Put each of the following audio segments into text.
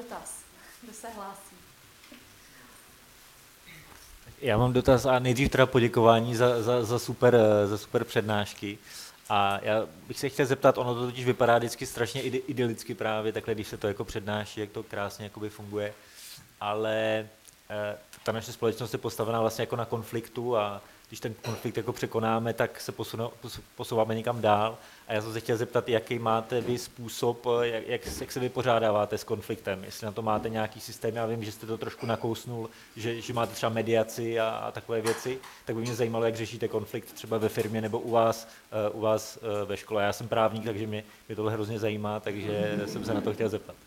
dotaz? Kdo se hlásí? Já mám dotaz a nejdřív teda poděkování za super přednášky. A já bych se chtěl zeptat, ono to totiž vypadá vždycky strašně idylicky právě takhle, když se to jako přednáší, jak to krásně jakoby funguje, ale ta naše společnost je postavená vlastně jako na konfliktu a když ten konflikt jako překonáme, tak se posouváme někam dál. A já jsem se chtěl zeptat, jaký máte vy způsob, jak se vypořádáváte s konfliktem, jestli na to máte nějaký systém. Já vím, že jste to trošku nakousnul, že máte třeba mediaci a takové věci, tak by mě zajímalo, jak řešíte konflikt třeba ve firmě nebo u vás ve škole. Já jsem právník, takže mě tohle hrozně zajímá, takže jsem se na to chtěl zeptat.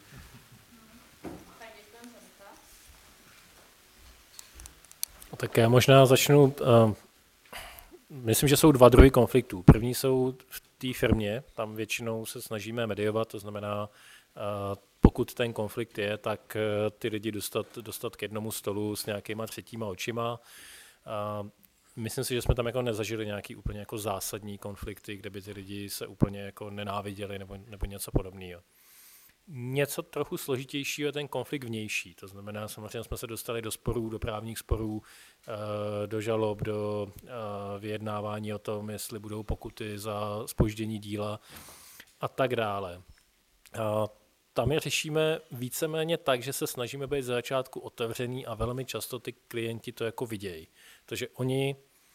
Tak já možná začnu. Myslím, že jsou dva druhy konfliktů. První jsou v té firmě, tam většinou se snažíme mediovat, to znamená, pokud ten konflikt je, tak ty lidi dostat k jednomu stolu s nějakýma třetíma očima. Myslím si, že jsme tam jako nezažili nějaký úplně jako zásadní konflikty, kde by ty lidi se úplně jako nenáviděli nebo něco podobného. Něco trochu složitějšího je ten konflikt vnější, to znamená, samozřejmě jsme se dostali do sporů, do právních sporů, do žalob, do vyjednávání o tom, jestli budou pokuty za zpoždění díla a tak dále. Tam je řešíme víceméně tak, že se snažíme být ze začátku otevřený a velmi často ty klienti to jako vidějí. Takže oni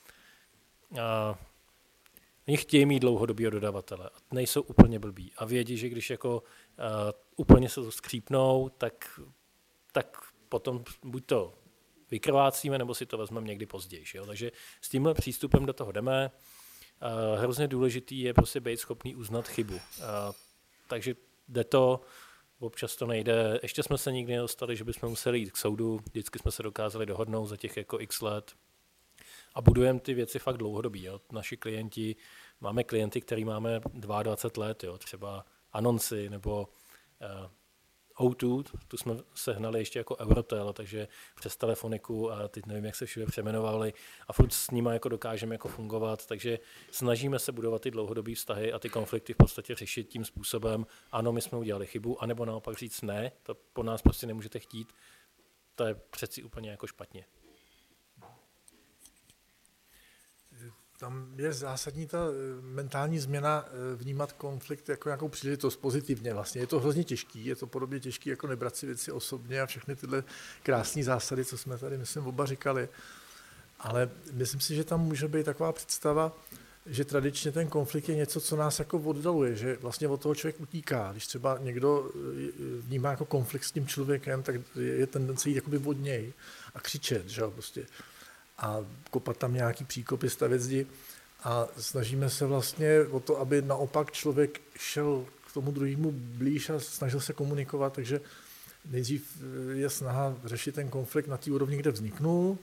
chtějí mít dlouhodobého dodavatele, nejsou úplně blbí a vědí, že když jako úplně se to skřípnou, tak potom buď to vykrvácíme, nebo si to vezmeme někdy později. Jo? Takže s tímhle přístupem do toho jdeme. Hrozně důležitý je prostě být schopný uznat chybu. Takže jde to, občas to nejde. Ještě jsme se nikdy nedostali, že bychom museli jít k soudu, vždycky jsme se dokázali dohodnout za těch jako x let. A budujeme ty věci fakt dlouhodobí. Jo. Naši klienti, máme klienty, který máme 22 let, jo. Třeba Anonsy nebo O2, tu jsme sehnali ještě jako Eurotel, takže přes telefoniku a teď nevím, jak se všude přejmenovali a furt s nimi jako dokážeme jako fungovat, takže snažíme se budovat ty dlouhodobé vztahy a ty konflikty v podstatě řešit tím způsobem, ano, my jsme udělali chybu, anebo naopak říct ne, to po nás prostě nemůžete chtít, to je přeci úplně jako špatně. Tam je zásadní ta mentální změna vnímat konflikt jako nějakou příležitost pozitivně vlastně. Je to hrozně těžký, je to podobně těžký jako nebrat si věci osobně a všechny tyhle krásné zásady, co jsme tady, myslím, oba říkali. Ale myslím si, že tam může být taková představa, že tradičně ten konflikt je něco, co nás jako oddaluje, že vlastně od toho člověk utíká. Když třeba někdo vnímá jako konflikt s tím člověkem, tak je tendence jít jakoby od něj a křičet, že jo, prostě. A kopat tam nějaký příkopy, stavět zdi a snažíme se vlastně o to, aby naopak člověk šel k tomu druhému blíž a snažil se komunikovat, takže nejdřív je snaha řešit ten konflikt na té úrovni, kde vzniknul.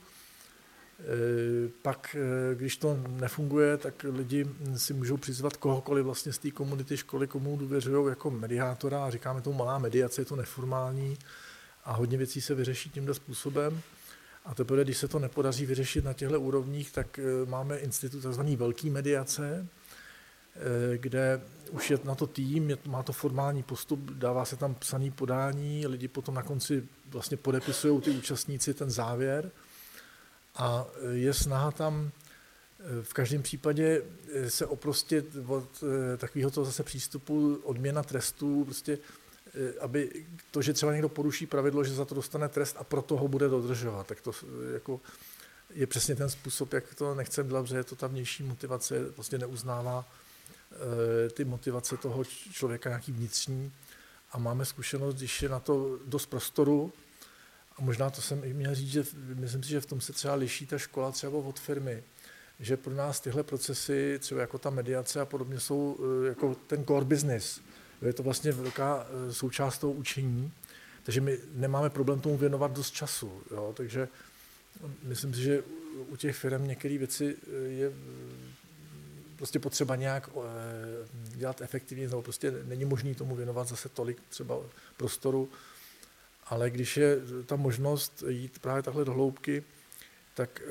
Pak, když to nefunguje, tak lidi si můžou přizvat kohokoliv vlastně z té komunity školy, komu důvěřují jako mediátora a říkáme tomu malá mediace, je to neformální a hodně věcí se vyřeší tímto způsobem. A teprve, když se to nepodaří vyřešit na těchto úrovních, tak máme institut tzv. Velký mediace, kde už je na to tým, má to formální postup, dává se tam psaný podání, lidi potom na konci vlastně podepisují ty účastníci ten závěr a je snaha tam v každém případě se oprostit od takového toho zase přístupu odměna trestů, prostě aby to, že třeba někdo poruší pravidlo, že za to dostane trest a proto ho bude dodržovat, tak to jako je přesně ten způsob, jak to nechceme dělat, že je to ta vnější motivace, vlastně neuznává ty motivace toho člověka nějaký vnitřní a máme zkušenost, když je na to dost prostoru a možná to jsem i měl říct, že myslím si, že v tom se třeba liší ta škola třeba od firmy, že pro nás tyhle procesy, třeba jako ta mediace a podobně, jsou jako ten core business. Je to vlastně velká součást toho učení, takže my nemáme problém tomu věnovat dost času. Jo? Takže myslím si, že u těch firm některé věci je prostě potřeba nějak dělat efektivně, nebo prostě není možné tomu věnovat zase tolik třeba prostoru, ale když je ta možnost jít právě takhle do hloubky, tak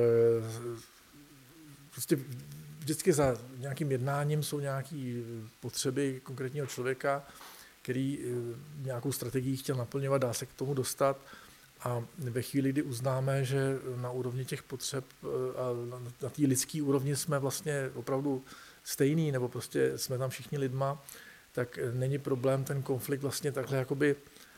prostě vždycky za nějakým jednáním jsou nějaké potřeby konkrétního člověka, který nějakou strategii chtěl naplňovat, dá se k tomu dostat. A ve chvíli, kdy uznáme, že na úrovni těch potřeb a na té lidské úrovni jsme vlastně opravdu stejný, nebo prostě jsme tam všichni lidma, tak není problém ten konflikt vlastně takhle jakoby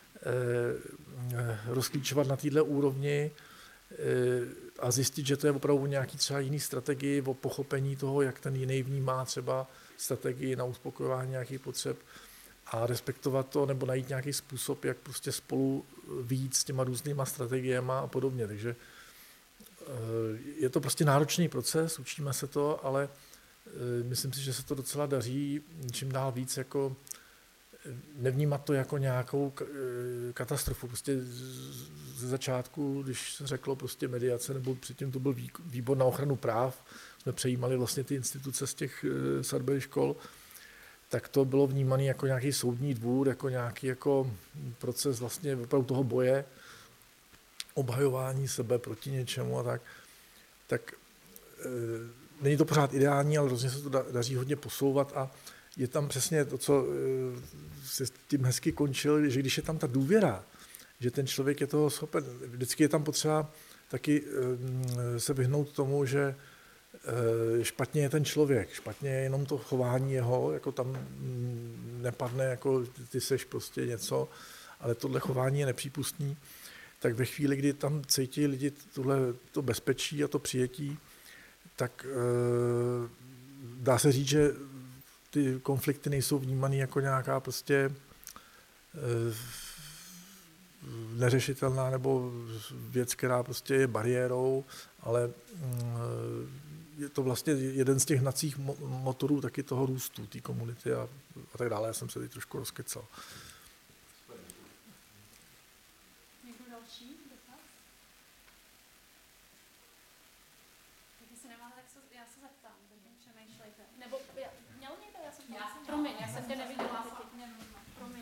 rozklíčovat na této úrovni a zjistit, že to je opravdu nějaký třeba jiný strategii o pochopení toho, jak ten jiný vnímá třeba strategii na uspokojování nějakých potřeb a respektovat to, nebo najít nějaký způsob, jak prostě spolu vyjít s těma různýma strategiemi a podobně. Takže je to prostě náročný proces, učíme se to, ale myslím si, že se to docela daří čím dál víc jako nevnímat to jako nějakou katastrofu. Prostě ze začátku, když se řeklo prostě mediace, nebo předtím to byl výbor na ochranu práv, jsme přejímali vlastně ty instituce z těch Sudbury škol, tak to bylo vnímané jako nějaký soudní dvůr, jako nějaký jako proces vlastně opravdu toho boje, obhajování sebe proti něčemu a tak. Tak není to pořád ideální, ale rozhodně se to daří hodně posouvat a je tam přesně to, co se s tím hezky končil, že když je tam ta důvěra, že ten člověk je toho schopen, vždycky je tam potřeba taky se vyhnout tomu, že špatně je ten člověk, špatně je jenom to chování jeho, jako tam nepadne, jako ty seš prostě něco, ale tohle chování je nepřípustný, tak ve chvíli, kdy tam cítí lidi to bezpečí a to přijetí, tak dá se říct, že ty konflikty nejsou vnímané jako nějaká prostě neřešitelná nebo věc, která prostě je bariérou, ale je to vlastně jeden z těch hnacích motorů taky toho růstu, té komunity a tak dále. Já jsem se teď trošku rozkecal. Někdo další dotaz? Tak jestli nemáte, tak já se zeptám, takže přemýšlejte. Nebo měl někdo? Promiň, já jsem tě neviděla. Promiň.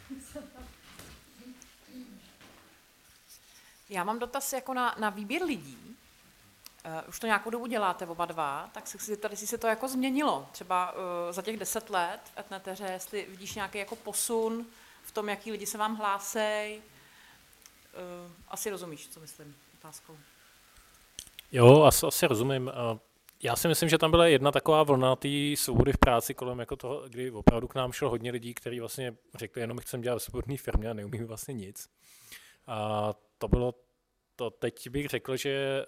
Já mám dotaz jako na výběr lidí. Už to nějakou dobu děláte oba dva, tak se chci zeptat, jestli se to jako změnilo. Třeba za těch 10 let v Etneteře, jestli vidíš nějaký jako posun v tom, jaký lidi se vám hlásej. Asi rozumíš, co myslím otázkou. Jo, asi rozumím. Já si myslím, že tam byla jedna taková vlna té svobody v práci kolem jako toho, kdy opravdu k nám šlo hodně lidí, kteří vlastně řekli, jenom chcem dělat v svobodné firmě a neumím vlastně nic. A to bylo to, teď bych řekl, že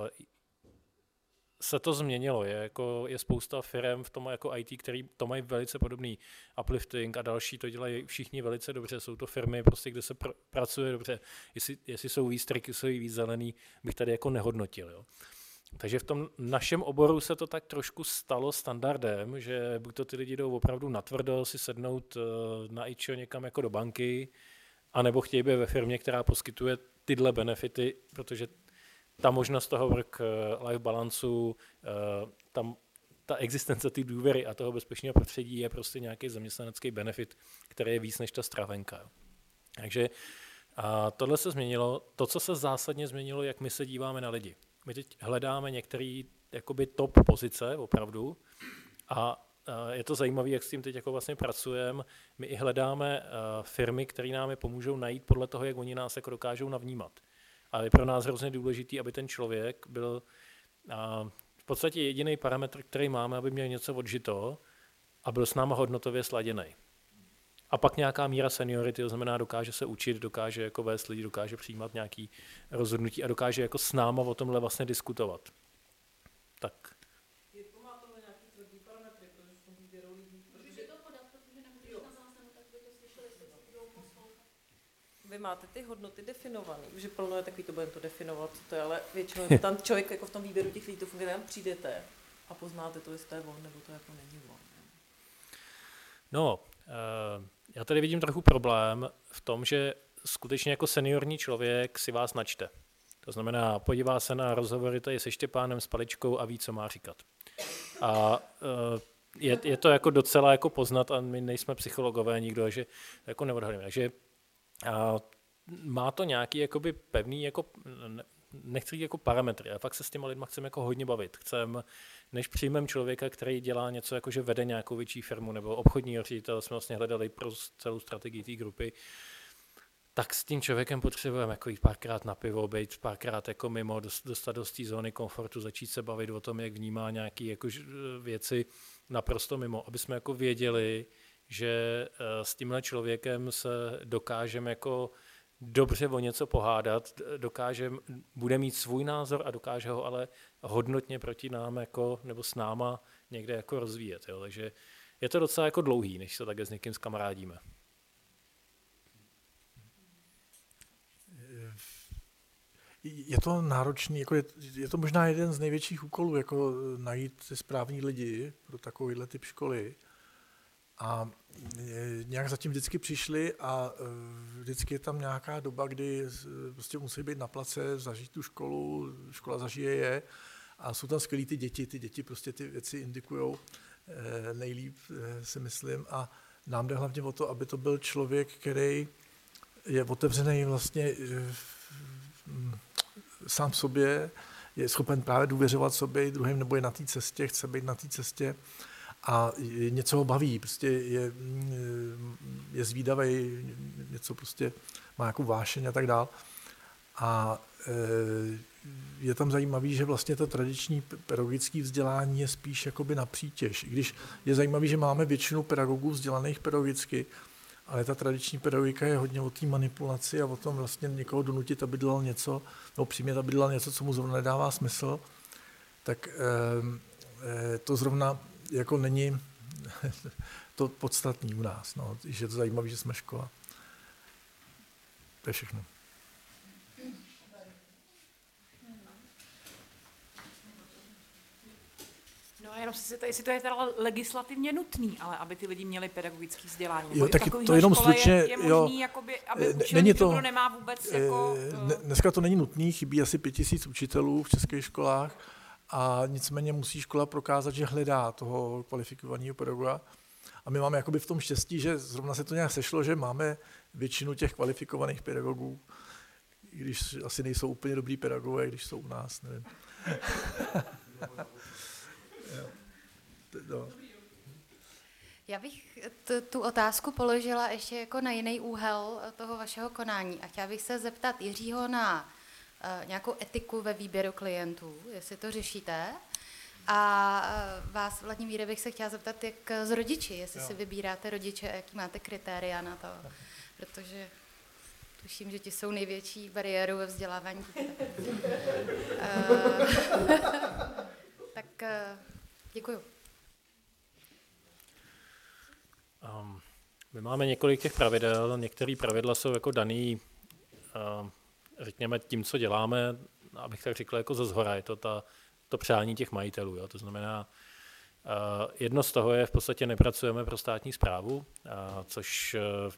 se to změnilo. Je spousta firm v tom jako IT, který to mají velice podobný. Uplifting a další to dělají všichni velice dobře. Jsou to firmy, prostě, kde se pracuje dobře. Jestli jsou víc trikysový, víc zelený, bych tady jako nehodnotil. Jo. Takže v tom našem oboru se to tak trošku stalo standardem, že buď to ty lidi jdou opravdu natvrdo si sednout na IČO někam jako do banky, anebo chtějí být ve firmě, která poskytuje tyhle benefity, protože ta možnost toho work-life balanceu, tam ta existence té důvěry a toho bezpečného prostředí je prostě nějaký zaměstnanecký benefit, který je víc než ta stravenka. Takže tohle se změnilo. To, co se zásadně změnilo, jak my se díváme na lidi. My teď hledáme některé jakoby top pozice opravdu a je to zajímavé, jak s tím teď jako vlastně pracujeme. My i hledáme firmy, které nám je pomůžou najít podle toho, jak oni nás jako dokážou navnímat. Ale je pro nás hrozně důležitý, aby ten člověk byl v podstatě jediný parametr, který máme, aby měl něco odžito a byl s náma hodnotově sladěný. A pak nějaká míra seniority, to znamená, dokáže se učit, dokáže jako vést lidi, dokáže přijímat nějaké rozhodnutí a dokáže jako s náma o tomhle vlastně diskutovat. Tak. Vy máte ty hodnoty definované, že plno je takový, to budeme to definovat, co to je, ale většinou je tam člověk jako v tom výběru těch lidí to funguje, tam přijdete a poznáte to, jestli to je on, nebo to jako není on. No, já tady vidím trochu problém v tom, že skutečně jako seniorní člověk si vás načte. To znamená, podívá se na rozhovory tady se Štěpánem, s Paličkou a ví, co má říkat. A je to jako docela jako poznat a my nejsme psychologové nikdo, že jako neodhadujeme. Takže má to nějaký jakoby pevný, jako, nechci říct jako parametry, ale fakt se s těma lidma chceme jako hodně bavit. Než přijmeme člověka, který dělá něco, jako že vede nějakou větší firmu nebo obchodního ředitele, jsme vlastně hledali pro celou strategii té grupy, tak s tím člověkem potřebujeme jako jít párkrát na pivo, být párkrát jako mimo, dostat do té zóny komfortu, začít se bavit o tom, jak vnímá nějaké jako věci naprosto mimo, aby jsme jako věděli, že s tímhle člověkem se dokážeme jako dobře o něco pohádat, bude mít svůj názor a dokáže ho ale hodnotně proti nám jako, nebo s náma někde jako rozvíjet. Jo. Takže je to docela jako dlouhý, než se také s někým zkamarádíme. Je to náročný, jako je to možná jeden z největších úkolů, jako najít správní lidi pro takovýhle typ školy. A nějak zatím vždycky přišli a vždycky je tam nějaká doba, kdy prostě musí být na place, zažít tu školu, škola zažije je a jsou tam skvělí ty děti prostě ty věci indikujou nejlíp, si myslím. A nám jde hlavně o to, aby to byl člověk, který je otevřený vlastně sám sobě, je schopen právě důvěřovat sobě druhým, nebo je na té cestě, chce být na té cestě a něco ho baví, prostě je zvídavý, něco prostě má nějakou vášeň a tak dál. A je tam zajímavý, že vlastně to tradiční pedagogické vzdělání je spíš jakoby na přítěž. I když je zajímavý, že máme většinu pedagogů vzdělaných pedagogicky, ale ta tradiční pedagogika je hodně o té manipulaci a o tom vlastně někoho donutit, aby dělal něco, nebo přimět, aby dělal něco, co mu zrovna nedává smysl, tak to zrovna jako není to podstatný u nás. No. Že je to zajímavé, že jsme škola. To je všechno. No a jenom jestli to je teda legislativně nutný, ale aby ty lidi měli pedagogické vzdělání. Jo, tak to jenom stručně, je možný, jakoby, aby učil není někdo, to, kdo nemá vůbec jako... Dneska to není nutný, chybí asi 5000 učitelů v českých školách a nicméně musí škola prokázat, že hledá toho kvalifikovaného pedagoga. A my máme jakoby v tom štěstí, že zrovna se to nějak sešlo, že máme většinu těch kvalifikovaných pedagogů, i když asi nejsou úplně dobrý pedagogové, když jsou u nás, nevím. No. Já bych tu otázku položila ještě jako na jiný úhel toho vašeho konání a chtěla bych se zeptat Jiřího na nějakou etiku ve výběru klientů, jestli to řešíte. A vás, Vladimíre, bych se chtěla zeptat, jak z rodiči, jestli si vybíráte rodiče a jaký máte kritéria na to, protože tuším, že ti jsou největší bariérou ve vzdělávání. Tak děkuju. My máme několik těch pravidel, některé pravidla jsou jako daný, řekněme, tím, co děláme, abych tak řekl, jako ze zhora, je to to přání těch majitelů. Jo. To znamená, jedno z toho je, v podstatě nepracujeme pro státní správu, což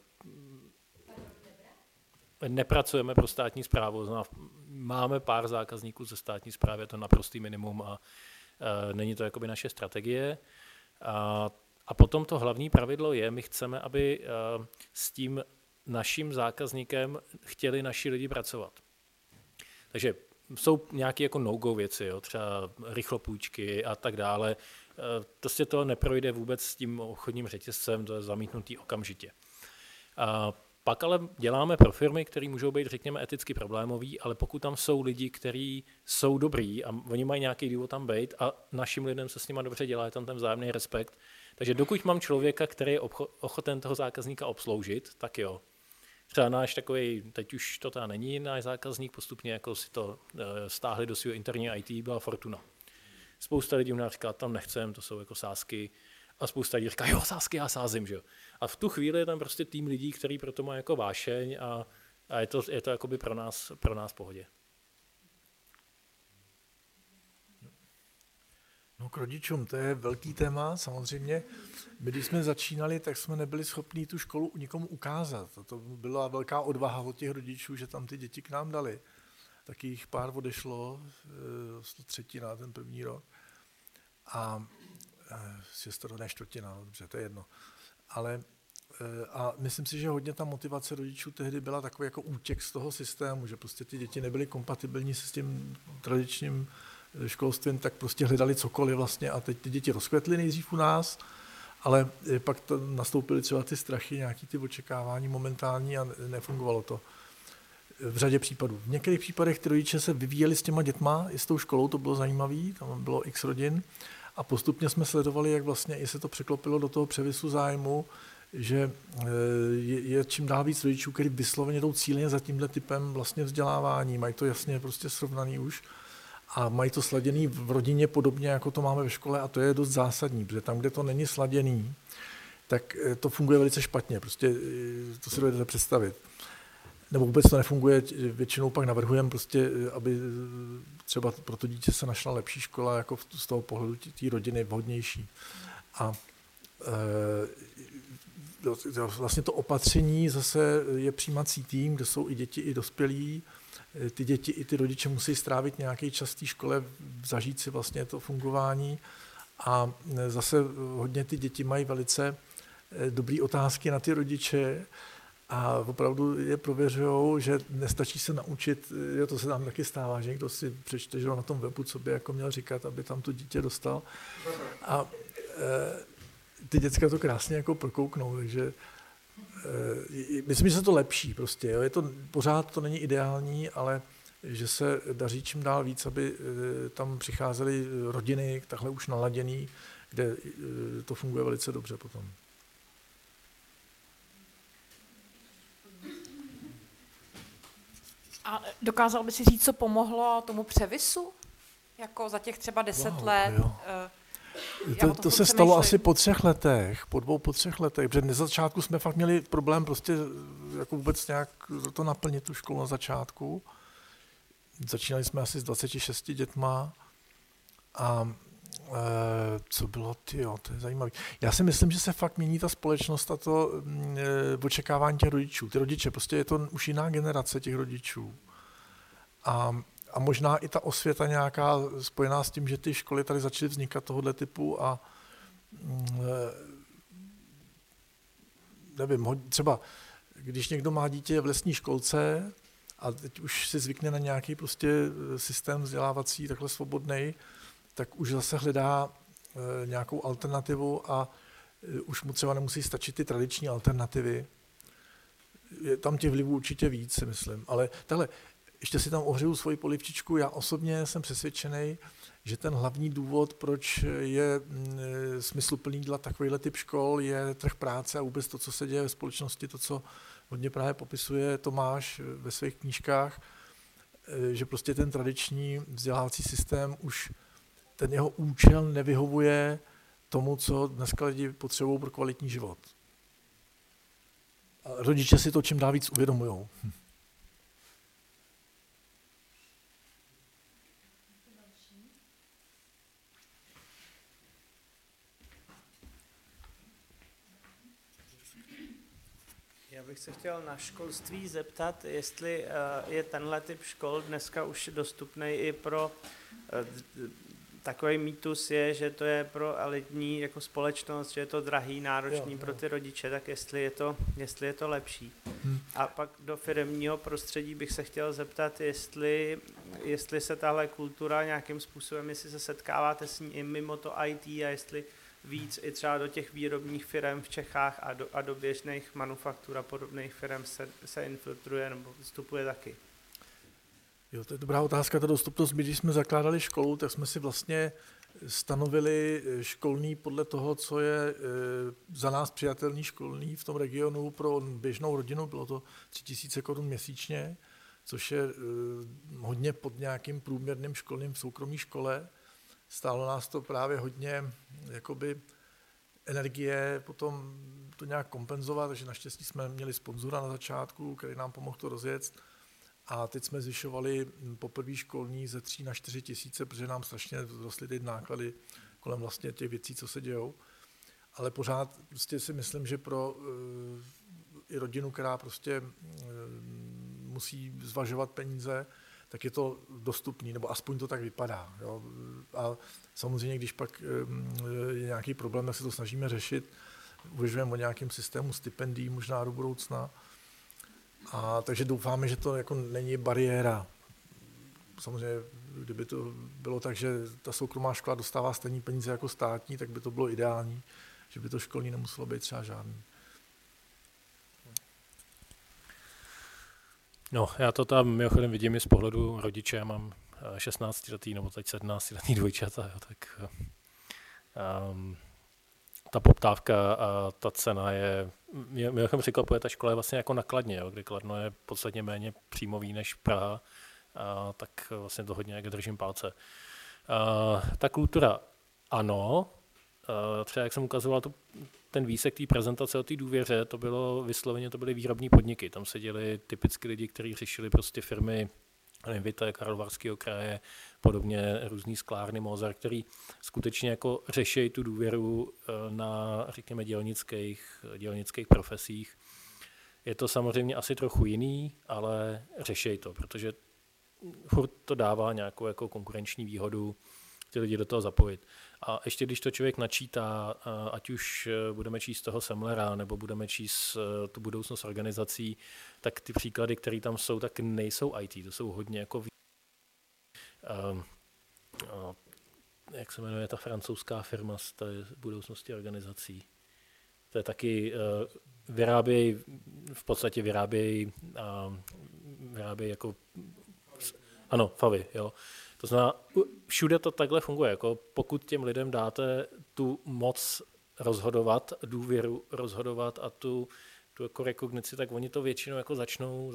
nepracujeme pro státní správu. Znamená, máme pár zákazníků ze státní správy, je to naprostý minimum a není to jakoby naše strategie. A potom to hlavní pravidlo je, my chceme, aby s tím naším zákazníkem chtěli naši lidi pracovat. Takže jsou nějaké jako no-go věci, jo, třeba rychlopůjčky a tak dále. Prostě to neprojde vůbec s tím obchodním řetězcem, to je zamítnutý okamžitě. Pak ale děláme pro firmy, které můžou být, řekněme, eticky problémový, ale pokud tam jsou lidi, kteří jsou dobrý a oni mají nějaký důvod tam být a našim lidem se s nimi dobře dělá, je tam ten vzájemný respekt. Takže dokud mám člověka, který je ochoten toho zákazníka obsloužit, tak jo. Třeba náš takový, teď už to teda není náš zákazník, postupně jako si to stáhli do svého interního IT, byla Fortuna. Spousta lidí u nás říká, tam nechcem, to jsou jako sázky. A spousta lidí říká, jo, sázky, já sázím, že jo. A v tu chvíli je tam prostě tým lidí, který pro to má jako vášeň a je to jakoby pro nás v pohodě. No k rodičům, to je velký téma, samozřejmě. My, když jsme začínali, tak jsme nebyli schopni tu školu nikomu ukázat. To byla velká odvaha od těch rodičů, že tam ty děti k nám dali. Taky jich pár odešlo, 1/3 ten první rok. A 6 čtvrtina, dobře, to je jedno. Ale A myslím si, že hodně ta motivace rodičů tehdy byla takový jako útěk z toho systému, že prostě ty děti nebyly kompatibilní s tím tradičním školstvím, tak prostě hledali cokoliv vlastně a teď ty děti rozkvetly nejdřív u nás, ale pak nastoupily třeba ty strachy, nějaký ty očekávání momentální a nefungovalo to v řadě případů. V některých případech ty rodiče se vyvíjeli s těma dětma, i s tou školou, to bylo zajímavé, tam bylo x rodin a postupně jsme sledovali, jak vlastně i se to překlopilo do toho převisu zájmu, že je čím dál víc rodičů, kteří vysloveně jdou cíleně za tímhle typem vlastně vzdělávání, mají to jasně prostě srovnaný už a mají to sladěný v rodině podobně, jako to máme ve škole a to je dost zásadní, protože tam, kde to není sladěný, tak to funguje velice špatně, prostě to si dovedete představit. Nebo vůbec to nefunguje, většinou pak navrhujeme prostě, aby třeba pro to dítě se našla lepší škola, jako z toho pohledu té rodiny vhodnější. A vlastně to opatření zase je přijímací tým, kde jsou i děti, i dospělí. Ty děti i ty rodiče musí strávit nějaký čas v té škole, zažít si vlastně to fungování a zase hodně ty děti mají velice dobré otázky na ty rodiče a opravdu je prověřujou, že nestačí se naučit, to se tam taky stává, že někdo si přečte, že na tom webu, co by jako měl říkat, aby tam to dítě dostal. A ty děcka to krásně jako prokouknou, takže myslím, že se to lepší prostě. Jo. Je to, pořád to není ideální, ale že se daří čím dál víc, aby tam přicházely rodiny takhle už naladěný, kde to funguje velice dobře potom. A dokázal by si říct, co pomohlo tomu převisu? Jako za těch třeba 10 let? Jo. To se stalo asi po 3 letech, po 3 letech, protože na začátku jsme fakt měli problém prostě jako vůbec nějak to naplnit tu školu na začátku. Začínali jsme asi s 26 dětma a co bylo, to je zajímavé. Já si myslím, že se fakt mění ta společnost a to očekávání těch rodičů. Ty rodiče, prostě je to už jiná generace těch rodičů. A možná i ta osvěta nějaká spojená s tím, že ty školy tady začaly vznikat tohoto typu a nevím, třeba když někdo má dítě v lesní školce a teď už si zvykne na nějaký prostě systém vzdělávací takhle svobodnej, tak už zase hledá nějakou alternativu a už mu třeba nemusí stačit ty tradiční alternativy. Je tam těch vlivů určitě víc, si myslím. Ale takhle, ještě si tam ohřeju svoji polivčičku. Já osobně jsem přesvědčený, že ten hlavní důvod, proč je smysluplný dělat takovýhle typ škol, je trh práce a vůbec to, co se děje ve společnosti, to, co hodně právě popisuje Tomáš ve svých knížkách, že prostě ten tradiční vzdělávací systém už ten jeho účel nevyhovuje tomu, co dneska lidi potřebují pro kvalitní život. A rodiče si to čím dál víc uvědomujou. Já bych se chtěl na školství zeptat, jestli je tenhle typ škol dneska už dostupný i pro takový mýtus je, že to je pro elitní jako společnost, že je to drahý, náročný pro ty rodiče, tak jestli je to lepší. A pak do firemního prostředí bych se chtěl zeptat, jestli se tahle kultura nějakým způsobem, jestli se setkáváte s ní i mimo to IT a jestli víc i třeba do těch výrobních firm v Čechách a do běžných manufaktur a podobných firm se infiltruje nebo vstupuje taky. Jo, to je dobrá otázka, ta dostupnost. My, když jsme zakládali školu, tak jsme si vlastně stanovili školný podle toho, co je za nás přijatelný školný v tom regionu pro běžnou rodinu. Bylo to 3000 korun měsíčně, což je hodně pod nějakým průměrným školným v soukromé škole. Stálo nás to právě hodně jakoby energie, potom to nějak kompenzovat, takže naštěstí jsme měli sponzora na začátku, který nám pomohl to rozjet. A teď jsme zvyšovali poprvé školní ze 3 na 4 tisíce, protože nám strašně vzrostly ty náklady kolem vlastně těch věcí, co se dějou. Ale pořád prostě si myslím, že pro i rodinu, která prostě musí zvažovat peníze, tak je to dostupný, nebo aspoň to tak vypadá. Jo. A samozřejmě, když pak je nějaký problém, tak se to snažíme řešit. uvažujeme o nějakém systému stipendií možná do budoucna. A takže doufáme, že to jako není bariéra. Samozřejmě, kdyby to bylo tak, že ta soukromá škola dostává stejné peníze jako státní, tak by to bylo ideální, že by to školní nemuselo být třeba žádný. No, já to tam mimochodem vidím i z pohledu rodiče, já mám 16letý nebo teď 17letý dvojčata, jo, tak ta poptávka a ta cena je, mimochodem překvapuje, ta škola je vlastně jako na Kladně, jo, kde Kladno je podstatně méně příjmový než Praha, tak vlastně to hodně jak držím palce. Ta kultura, ano, třeba jak jsem ukazoval ten výsek té prezentace o té důvěře, to byly výrobní podniky, tam seděli typicky lidi, kteří řešili prostě firmy, nevím, Vita, Karlovarského kraje, podobně různý sklárny, Mozar, který skutečně jako řeší tu důvěru na, řekněme, dělnických profesích. Je to samozřejmě asi trochu jiný, ale řeší to, protože furt to dává nějakou jako konkurenční výhodu ty lidi do toho zapojit. A ještě když to člověk načítá, ať už budeme číst toho Semlera, nebo budeme číst tu budoucnost organizací, tak ty příklady, které tam jsou, tak nejsou IT, to jsou hodně jako jak se jmenuje ta francouzská firma z té budoucnosti organizací. To je taky, v podstatě vyrábějí jako, ano, Favy, jo. To znamená, všude to takhle funguje. Jako pokud těm lidem dáte tu moc rozhodovat, důvěru rozhodovat a tu jako rekognici, tak oni to většinou jako začnou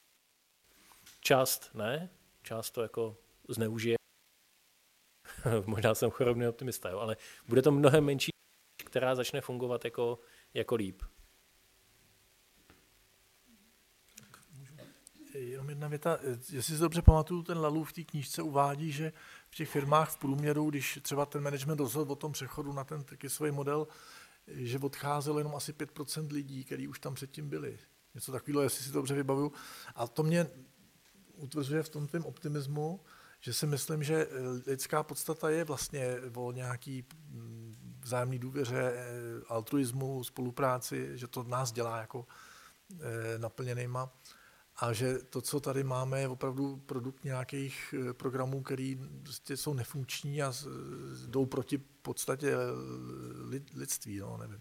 část to jako zneužije. Možná jsem chorobný optimista, jo, ale bude to mnohem menší, která začne fungovat jako líp. Jenom jedna věta, jestli si dobře pamatuju, ten Lalův v té knížce uvádí, že v těch firmách v průměru, když třeba ten management rozhodl o tom přechodu na ten taky svůj model, že odcházelo jenom asi 5% lidí, kteří už tam předtím byli. Něco takového, jestli si to dobře vybavuju. A to mě utvrzuje v tom tvém optimismu, že si myslím, že lidská podstata je vlastně o nějaký vzájemný důvěře, altruismu, spolupráci, že to nás dělá jako naplněnýma. A že to, co tady máme, je opravdu produkt nějakých programů, které prostě jsou nefunkční a jdou proti podstatě lidství, no, nevím.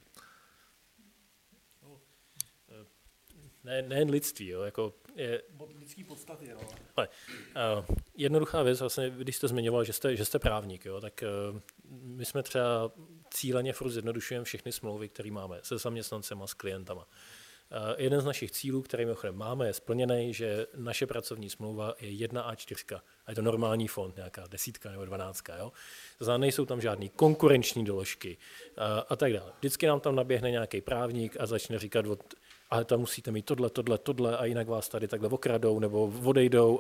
Nejen lidství, jo, jako je... Lidský podstaty, jo. Ale, jednoduchá věc, vlastně, když jste zmiňoval, že jste právník, jo, tak my jsme třeba cíleně furt zjednodušujeme všechny smlouvy, které máme se zaměstnancema, s klientama. Jeden z našich cílů, který mimochodem máme, je splněný, že naše pracovní smlouva je 1 A4. A je to normální fond, nějaká 10 nebo 12. Jo? To znamená, nejsou tam žádný konkurenční doložky a tak dále. Vždycky nám tam naběhne nějaký právník a začne říkat, ale tam musíte mít tohle a jinak vás tady takhle okradou nebo odejdou.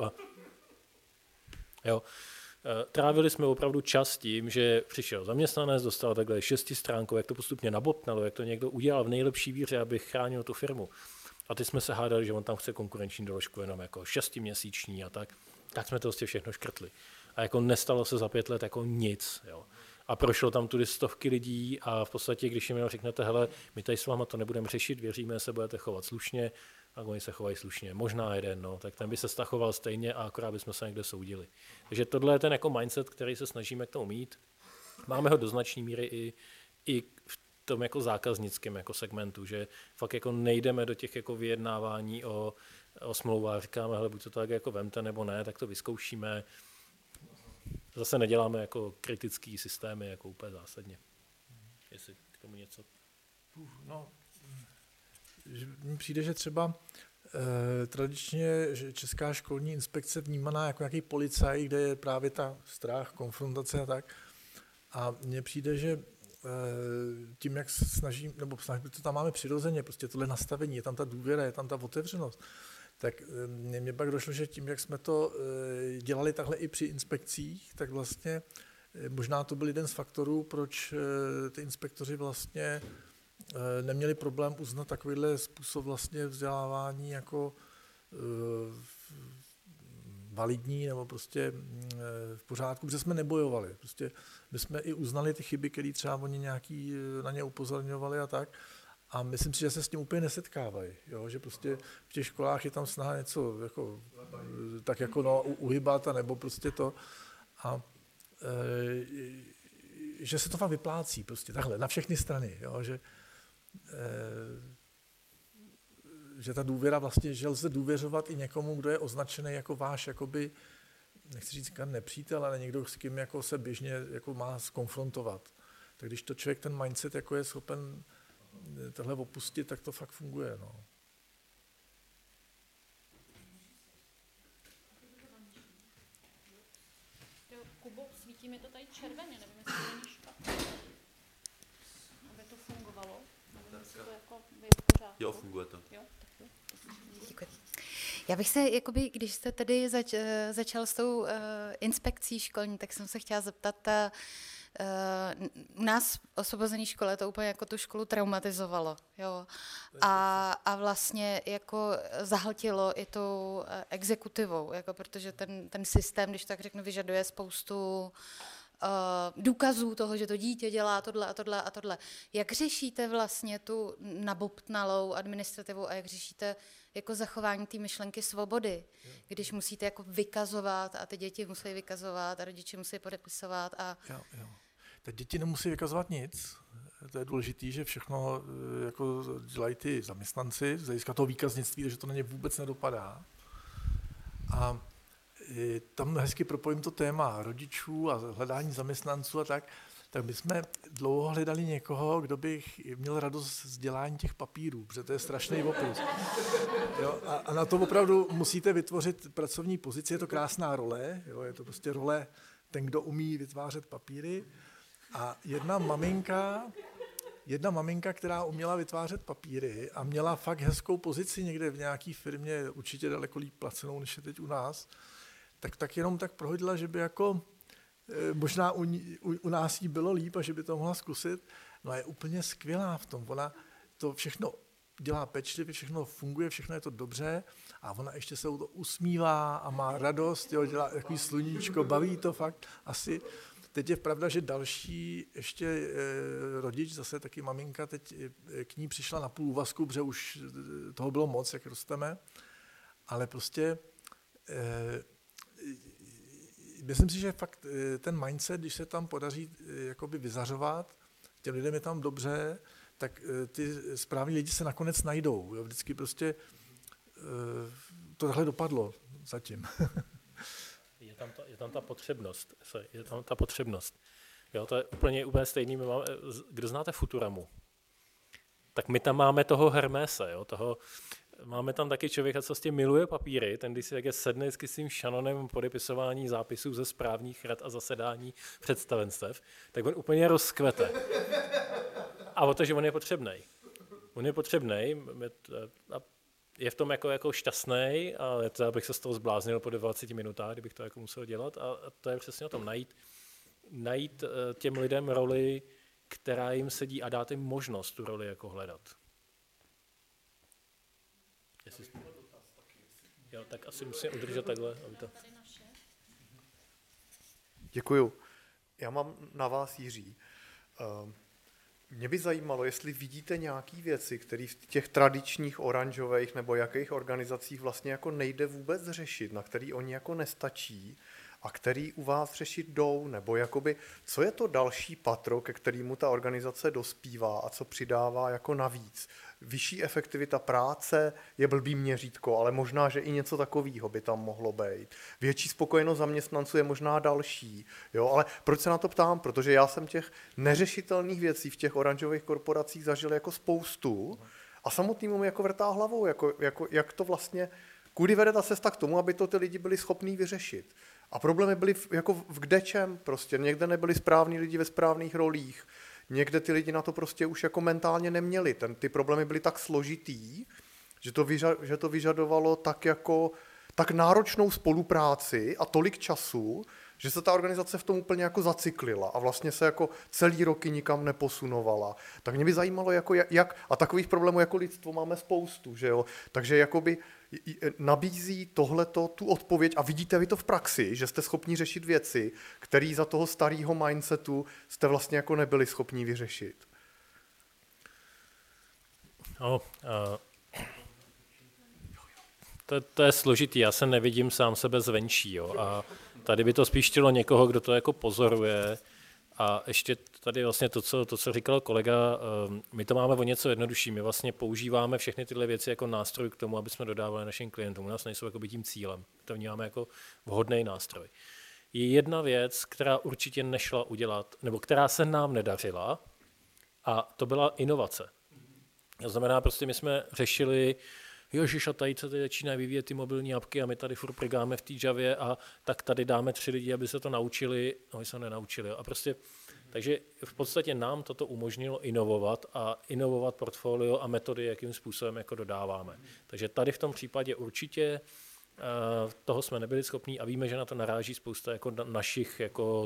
Jo? Trávili jsme opravdu čas tím, že přišel zaměstnanec, dostal takhle 6 stránkou, jak to postupně nabobtnalo, jak to někdo udělal v nejlepší víře, aby chránil tu firmu. A teď jsme se hádali, že on tam chce konkurenční doložku jenom jako 6měsíční a tak jsme to vlastně všechno škrtli. A jako nestalo se za 5 let jako nic. Jo. A prošlo tam tudy stovky lidí a v podstatě, když jim řeknete, hele, my tady s váma to nebudeme řešit, věříme, se budete chovat slušně, a oni se chovají slušně. Možná jeden, no, tak ten by se stachoval stejně a akorát bychom se někde soudili. Takže tohle je ten jako mindset, který se snažíme k tomu mít. Máme ho do značné míry i v tom jako zákaznickém jako segmentu, že fakt jako nejdeme do těch jako vyjednávání o smlouvách, říkáme, hele, buď to tak jako vemte nebo ne, tak to vyzkoušíme. Zase neděláme jako kritický systémy jako úplně zásadně. Jestli k tomu něco... No, mně přijde, že třeba tradičně že česká školní inspekce vnímaná jako nějaký policaj, kde je právě ta strach, konfrontace a tak. A mně přijde, že tím, jak se snažím, to tam máme přirozeně, prostě tohle nastavení, je tam ta důvěra, je tam ta otevřenost, tak mně pak došlo, že tím, jak jsme to dělali takhle i při inspekcích, tak vlastně možná to byl jeden z faktorů, proč ty inspektoři vlastně neměli problém uznat takovýhle způsob vlastně vzdělávání jako validní nebo prostě v pořádku, protože jsme nebojovali. Prostě my jsme i uznali ty chyby, které třeba oni nějaký na ně upozorňovali a tak. A myslím si, že se s tím úplně nesetkávají, jo? Že prostě v těch školách je tam snaha něco jako, tak jako uhybat, nebo prostě to. A že se to vám vyplácí prostě takhle, na všechny strany, jo? Že ta důvěra vlastně, že lze důvěřovat i někomu, kdo je označený jako váš, jakoby, nechci říct nepřítel, ale někdo, s kým jako se běžně jako má skonfrontovat. Tak když to člověk ten mindset jako je schopen tohle opustit, tak to fakt funguje. No. Kubo, svítí mi to tady červeně, nevím, jestli to není špatně. Aby to fungovalo. Nevím, jestli to jako je v pořádku. Jo, funguje to. Jo, tak jo. Děkuji. Já bych se, jakoby, když jste tedy začal s tou inspekcí školní, tak jsem se chtěla zeptat, u nás v osvobozené škole to úplně jako tu školu traumatizovalo. Jo? A vlastně jako zahltilo i tou exekutivou, jako protože ten systém, když tak řeknu, vyžaduje spoustu důkazů toho, že to dítě dělá tohle a tohle a tohle. Jak řešíte vlastně tu nabobtnalou administrativu a jak řešíte jako zachování té myšlenky svobody, když musíte jako vykazovat a ty děti musí vykazovat a rodiče musí podepisovat a... Jo. Teď děti nemusí vykazovat nic. To je důležité, že všechno jako dělají ty zaměstnanci z hlediska toho výkaznictví, že to na ně vůbec nedopadá. A tam hezky propojím to téma rodičů a hledání zaměstnanců a tak my jsme dlouho hledali někoho, kdo by měl radost z dělání těch papírů, protože to je strašný oprus. A na to opravdu musíte vytvořit pracovní pozici, je to krásná role, jo, je to prostě role ten, kdo umí vytvářet papíry. A jedna maminka, která uměla vytvářet papíry a měla fakt hezkou pozici někde v nějaké firmě, určitě daleko líp placenou, než je teď u nás, tak jenom tak prohodila, že by jako možná u nás jí bylo líp a že by to mohla zkusit. No a je úplně skvělá v tom. Ona to všechno dělá pečlivě, všechno funguje, všechno je to dobře a ona ještě se to usmívá a má radost, jo, dělá takový sluníčko, baví to fakt asi. Teď je pravda, že další ještě rodič, zase taky maminka, teď k ní přišla na půl úvazku, protože už toho bylo moc, jak rosteme, ale prostě myslím si, že fakt ten mindset, když se tam podaří jakoby vyzařovat, těm lidem je tam dobře, tak ty správní lidi se nakonec najdou. Jo? Vždycky prostě to takhle dopadlo zatím. Je tam ta potřebnost. Jo, to je úplně stejný. Kdo znáte Futuramu? Tak my tam máme toho Hermese, jo, máme tam taky člověka, co s tím miluje papíry, ten když si také sedne s tím šanonem podepisování zápisů ze správních rad a zasedání představenstev, tak on úplně rozkvete. A o to, že on je potřebnej. A je v tom jako šťastný a já bych se z toho zbláznil po 20 minutách, kdybych to jako musel dělat a to je přesně o tom najít těm lidem roli, která jim sedí a dát jim možnost tu roli jako hledat. Jo, tak asi musím udržet takhle. Děkuju. Já mám na vás, Jiří. Mě by zajímalo, jestli vidíte nějaké věci, které v těch tradičních oranžových nebo jakých organizacích vlastně jako nejde vůbec řešit, na který oni jako nestačí a který u vás řešit jdou, nebo jakoby, co je to další patro, ke kterému ta organizace dospívá a co přidává jako navíc. Vyšší efektivita práce je blbý měřítko, ale možná, že i něco takového by tam mohlo být. Větší spokojenost zaměstnanců je možná další. Jo? Ale proč se na to ptám? Protože já jsem těch neřešitelných věcí v těch oranžových korporacích zažil jako spoustu a samotnému mi jako vrtá hlavou, jak to vlastně, kudy vede ta cesta k tomu, aby to ty lidi byli schopní vyřešit. A problémy byly v kdečem prostě. Někde nebyli správní lidi ve správných rolích. Někde ty lidi na to prostě už jako mentálně neměli. Ty problémy byly tak složitý, že to vyžadovalo tak náročnou spolupráci a tolik času, že se ta organizace v tom úplně jako zacyklila a vlastně se jako celý roky nikam neposunovala. Tak mě by zajímalo, jak a takových problémů jako lidstvo máme spoustu, že jo? Takže jakoby nabízí tohleto tu odpověď a vidíte vy to v praxi, že jste schopni řešit věci, které za toho starého mindsetu jste vlastně jako nebyli schopni vyřešit. No, to je složitý, já se nevidím sám sebe zvenčí, jo, a tady by to spíš chtělo někoho, kdo to jako pozoruje. A ještě tady vlastně to, co říkal kolega, my to máme o něco jednodušší. My vlastně používáme všechny tyhle věci jako nástroj k tomu, aby jsme dodávali našim klientům. U nás nejsou jako tím cílem. To vnímáme jako vhodný nástroj. Je jedna věc, která určitě nešla udělat, nebo která se nám nedařila, a to byla inovace. To znamená, prostě my jsme řešili, ježiš, a tady se tady začínají vyvíjet ty mobilní apky a my tady furt prigáme v té Javě a tak tady dáme 3 lidi, aby se to naučili, no my se nenaučili. A prostě, takže v podstatě nám toto umožnilo inovovat portfolio a metody, jakým způsobem jako dodáváme. Takže tady v tom případě určitě toho jsme nebyli schopní a víme, že na to naráží spousta jako našich jako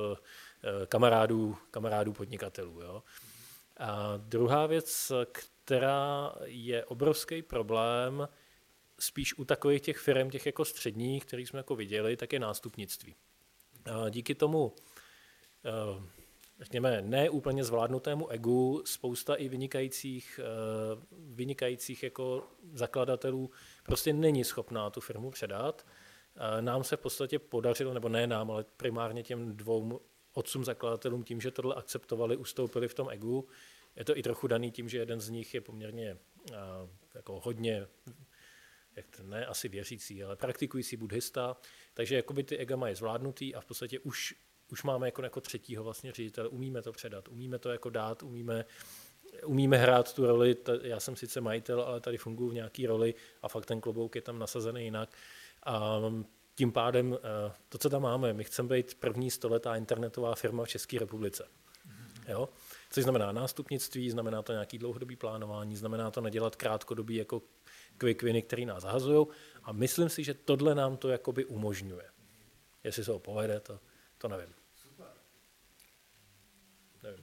kamarádů podnikatelů. Jo. A druhá věc, která je obrovský problém spíš u takových těch firm, těch jako středních, kterých jsme jako viděli, tak je nástupnictví. A díky tomu, řekněme, ne úplně zvládnutému egu, spousta i vynikajících jako zakladatelů prostě není schopná tu firmu předat. Nám se v podstatě podařilo, nebo ne nám, ale primárně těm 2 otcům zakladatelům tím, že tohle akceptovali, ustoupili v tom egu. Je to i trochu daný tím, že jeden z nich je poměrně jako hodně, ne asi věřící, ale praktikující buddhista, takže jakoby ty ega mají zvládnutý a v podstatě už máme jako 3. vlastně ředitele, umíme to předat, umíme to jako dát, umíme hrát tu roli, já jsem sice majitel, ale tady funguji v nějaký roli a fakt ten klobouk je tam nasazený jinak. A tím pádem to, co tam máme, my chceme být první 100letá internetová firma v České republice. Jo? Což znamená nástupnictví, znamená to nějaký dlouhodobý plánování, znamená to nedělat krátkodobý jako quick winy, který nás zahazují. A myslím si, že tohle nám to jakoby umožňuje. Jestli se ho povede, to nevím. Super. Nevím.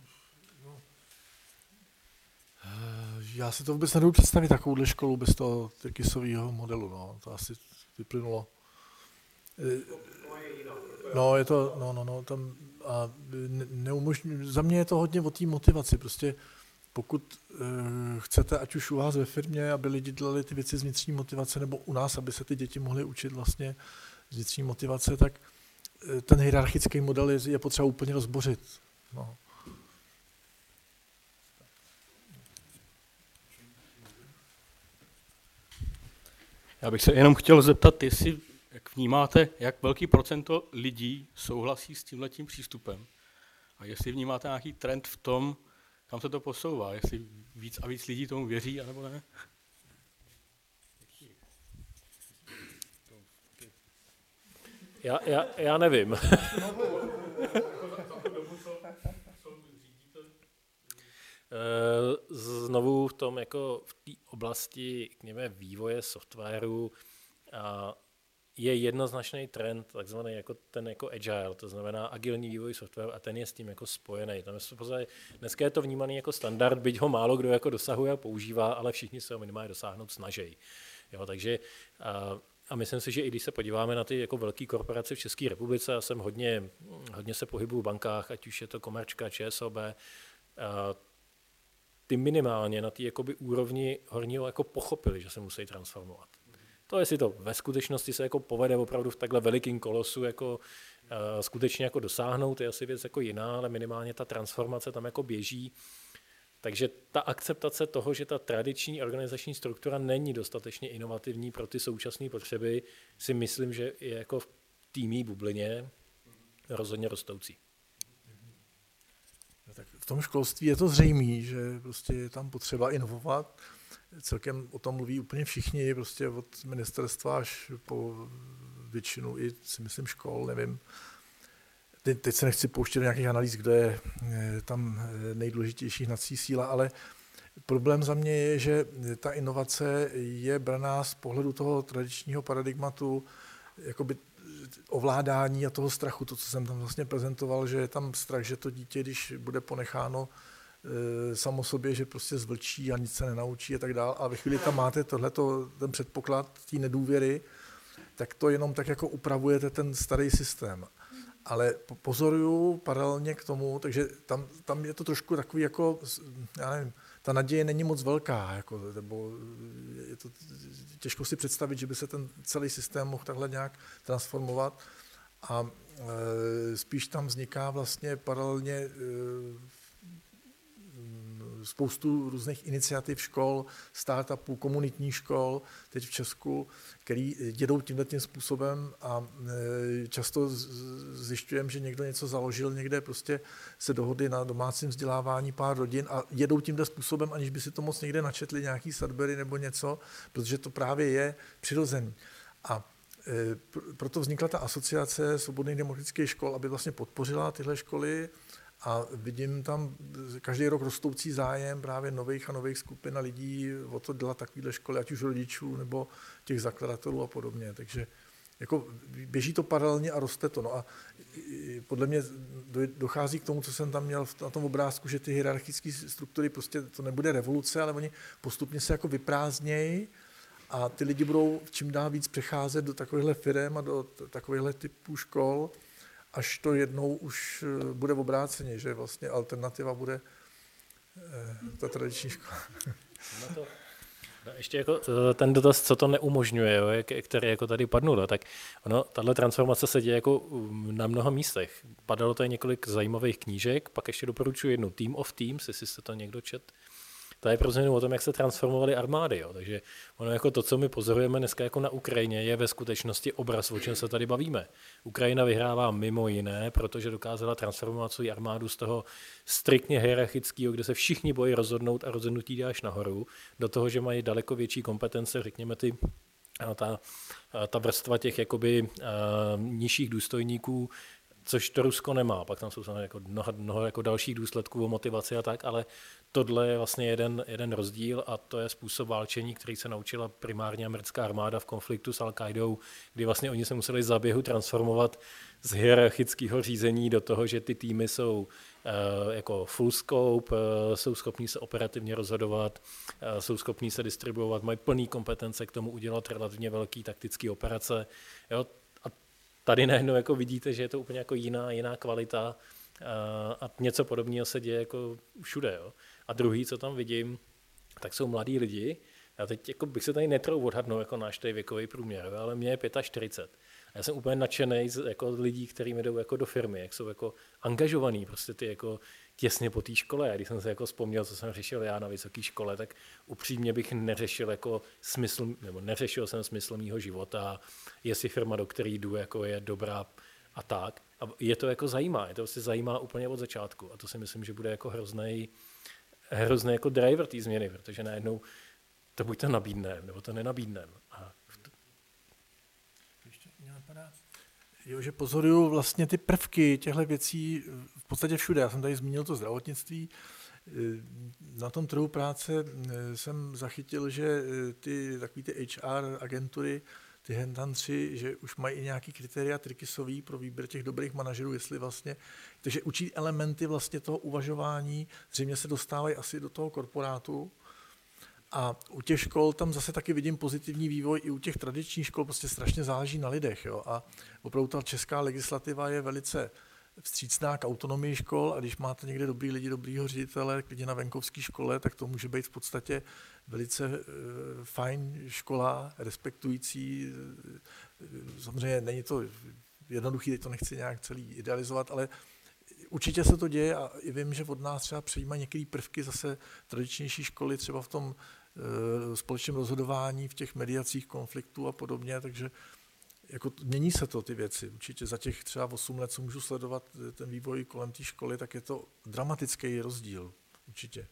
Já si to vůbec nedovedu představit takovouhle školu bez toho Tyrkisového modelu. No. To asi vyplynulo. No, je to, tam a za mě je to hodně o té motivaci. Prostě pokud chcete, ať už u vás ve firmě, aby lidi dělali ty věci z vnitřní motivace, nebo u nás, aby se ty děti mohly učit vlastně z vnitřní motivace, tak ten hierarchický model je potřeba úplně rozbořit. No. Já bych se jenom chtěl zeptat, jestli jak vnímáte, jak velký procento lidí souhlasí s tímhletím přístupem a jestli vnímáte nějaký trend v tom, kam se to posouvá, jestli víc a víc lidí tomu věří, anebo ne? Já nevím. Znovu v tom jako v té oblasti vývoje softwaru je jednoznačný trend, takzvaný jako ten jako agile, to znamená agilní vývoj softwaru a ten je s tím jako spojený. Dneska je to vnímaný jako standard, byť ho málo kdo jako dosahuje a používá, ale všichni se ho minimálně dosáhnout snaží. Jo, takže a myslím si, že i když se podíváme na ty jako velké korporace v České republice, já jsem hodně se pohybuju v bankách, ať už je to Komerčka, ČSOB, ty minimálně na té jakoby úrovni horního jako pochopili, že se musí transformovat. To, jestli to ve skutečnosti se jako povede opravdu v takhle velikým kolosu jako skutečně jako dosáhnout, je asi věc jako jiná, ale minimálně ta transformace tam jako běží. Takže ta akceptace toho, že ta tradiční organizační struktura není dostatečně inovativní pro ty současné potřeby, si myslím, že je jako v týmí bublině rozhodně rostoucí. Tak v tom školství je to zřejmé, že prostě je tam potřeba inovovat. Celkem o tom mluví úplně všichni, prostě od ministerstva až po většinu i si myslím škol, nevím. Teď se nechci pouštět do nějakých analýz, kde je tam nejdůležitější hnací síla, ale problém za mě je, že ta inovace je braná z pohledu toho tradičního paradigmatu jakoby ovládání a toho strachu, to, co jsem tam vlastně prezentoval, že je tam strach, že to dítě, když bude ponecháno samo sobě, že prostě zvlčí a nic se nenaučí a tak dále. A ve chvíli tam máte ten předpoklad té nedůvěry, tak to jenom tak jako upravujete ten starý systém. Ale pozoruju paralelně k tomu, takže tam je to trošku takový jako, já nevím, ta naděje není moc velká, jako, nebo je to těžko si představit, že by se ten celý systém mohl takhle nějak transformovat a spíš tam vzniká vlastně paralelně spoustu různých iniciativ škol, startupů, komunitních škol, teď v Česku, který jedou tímhletím způsobem a často zjišťujeme, že někdo něco založil, někde prostě se dohodli na domácím vzdělávání pár rodin a jedou tímhle způsobem, aniž by si to moc někde načetli, nějaký Sudbury nebo něco, protože to právě je přirozený. A proto vznikla ta asociace svobodných demokratických škol, aby vlastně podpořila tyhle školy a vidím tam každý rok rostoucí zájem právě nových a nových skupin a lidí o to dělat takovéhle školy, ať už rodičů nebo těch zakladatelů a podobně. Takže jako běží to paralelně a roste to. No a podle mě dochází k tomu, co jsem tam měl na tom obrázku, že ty hierarchické struktury, prostě to nebude revoluce, ale oni postupně se jako vyprázdnějí a ty lidi budou čím dál víc přecházet do takovýchhle firem a do takovýchhle typů škol, až to jednou už bude v obráceně, že vlastně alternativa bude ta tradiční škola. Ještě jako ten dotaz, co to neumožňuje, jo, který jako tady padnul, tak ono, tahle transformace se děje jako na mnoha místech. Padalo tady několik zajímavých knížek, pak ještě doporučuji jednu Team of Teams, jestli jste to někdo čet. To je pro změnu o tom, jak se transformovaly armády. Jo. Takže ono jako to, co my pozorujeme dneska jako na Ukrajině, je ve skutečnosti obraz, o čem se tady bavíme. Ukrajina vyhrává mimo jiné, protože dokázala transformovat svou armádu z toho striktně hierarchického, kde se všichni bojí rozhodnout a rozhodnutí dáš nahoru, do toho, že mají daleko větší kompetence, řekněme ta vrstva těch jakoby nižších důstojníků, což to Rusko nemá. Pak tam jsou samozřejmě jako mnoho jako dalších důsledků o motivaci a tak, ale tohle je vlastně jeden rozdíl a to je způsob válčení, který se naučila primárně americká armáda v konfliktu s Al-Qaidou, kdy vlastně oni se museli za běhu transformovat z hierarchického řízení do toho, že ty týmy jsou jako full scope, jsou schopní se operativně rozhodovat, jsou schopní se distribuovat, mají plný kompetence k tomu udělat relativně velký taktický operace. Jo? A tady najednou jako vidíte, že je to úplně jako jiná kvalita a něco podobného se děje jako všude. Jo? A druhý, co tam vidím, tak jsou mladí lidi. Já teď jako bych se tady netrou odhadnout jako náš tady věkový průměr, ale mě je 45. A já jsem úplně nadšený z jako lidí, kteří jdou jako do firmy, jak jsou jako angažovaní, prostě ty jako těsně po té škole. A když jsem se jako vzpomněl, co jsem řešil já na vysoké škole, tak upřímně bych neřešil jako neřešil jsem smysl mýho života, jestli firma, do které jdu, jako je dobrá a tak. A je to jako zajímá, je to vlastně zajímá úplně od začátku. A to si myslím, že bude jako hrozný jako driver té změny, protože najednou to buď to nabídneme, nebo to nenabídneme. Jo, že pozoruju vlastně ty prvky těchto věcí v podstatě všude. Já jsem tady zmínil to zdravotnictví. Na tom trhu práce jsem zachytil, že takový ty HR agentury, ty headhuntři, že už mají i nějaký kritéria trikysový pro výběr těch dobrých manažerů, jestli vlastně, takže učí elementy vlastně toho uvažování, zřejmě se dostávají asi do toho korporátu. A u těch škol tam zase taky vidím pozitivní vývoj, i u těch tradičních škol prostě strašně záleží na lidech. Jo? A opravdu ta česká legislativa je velice vstřícná k autonomii škol a když máte někde dobrý lidi, dobrýho ředitele, klidně na venkovské škole, tak to může být v podstatě velice fajn škola, respektující. Samozřejmě není to jednoduchý, teď to nechci nějak celý idealizovat, ale určitě se to děje a i vím, že od nás třeba přijímají některé prvky zase tradičnější školy, třeba v tom společném rozhodování, v těch mediacích konfliktů a podobně, takže jako mění se to ty věci. Určitě za těch třeba 8 let, co můžu sledovat ten vývoj kolem té školy, tak je to dramatický rozdíl. Určitě.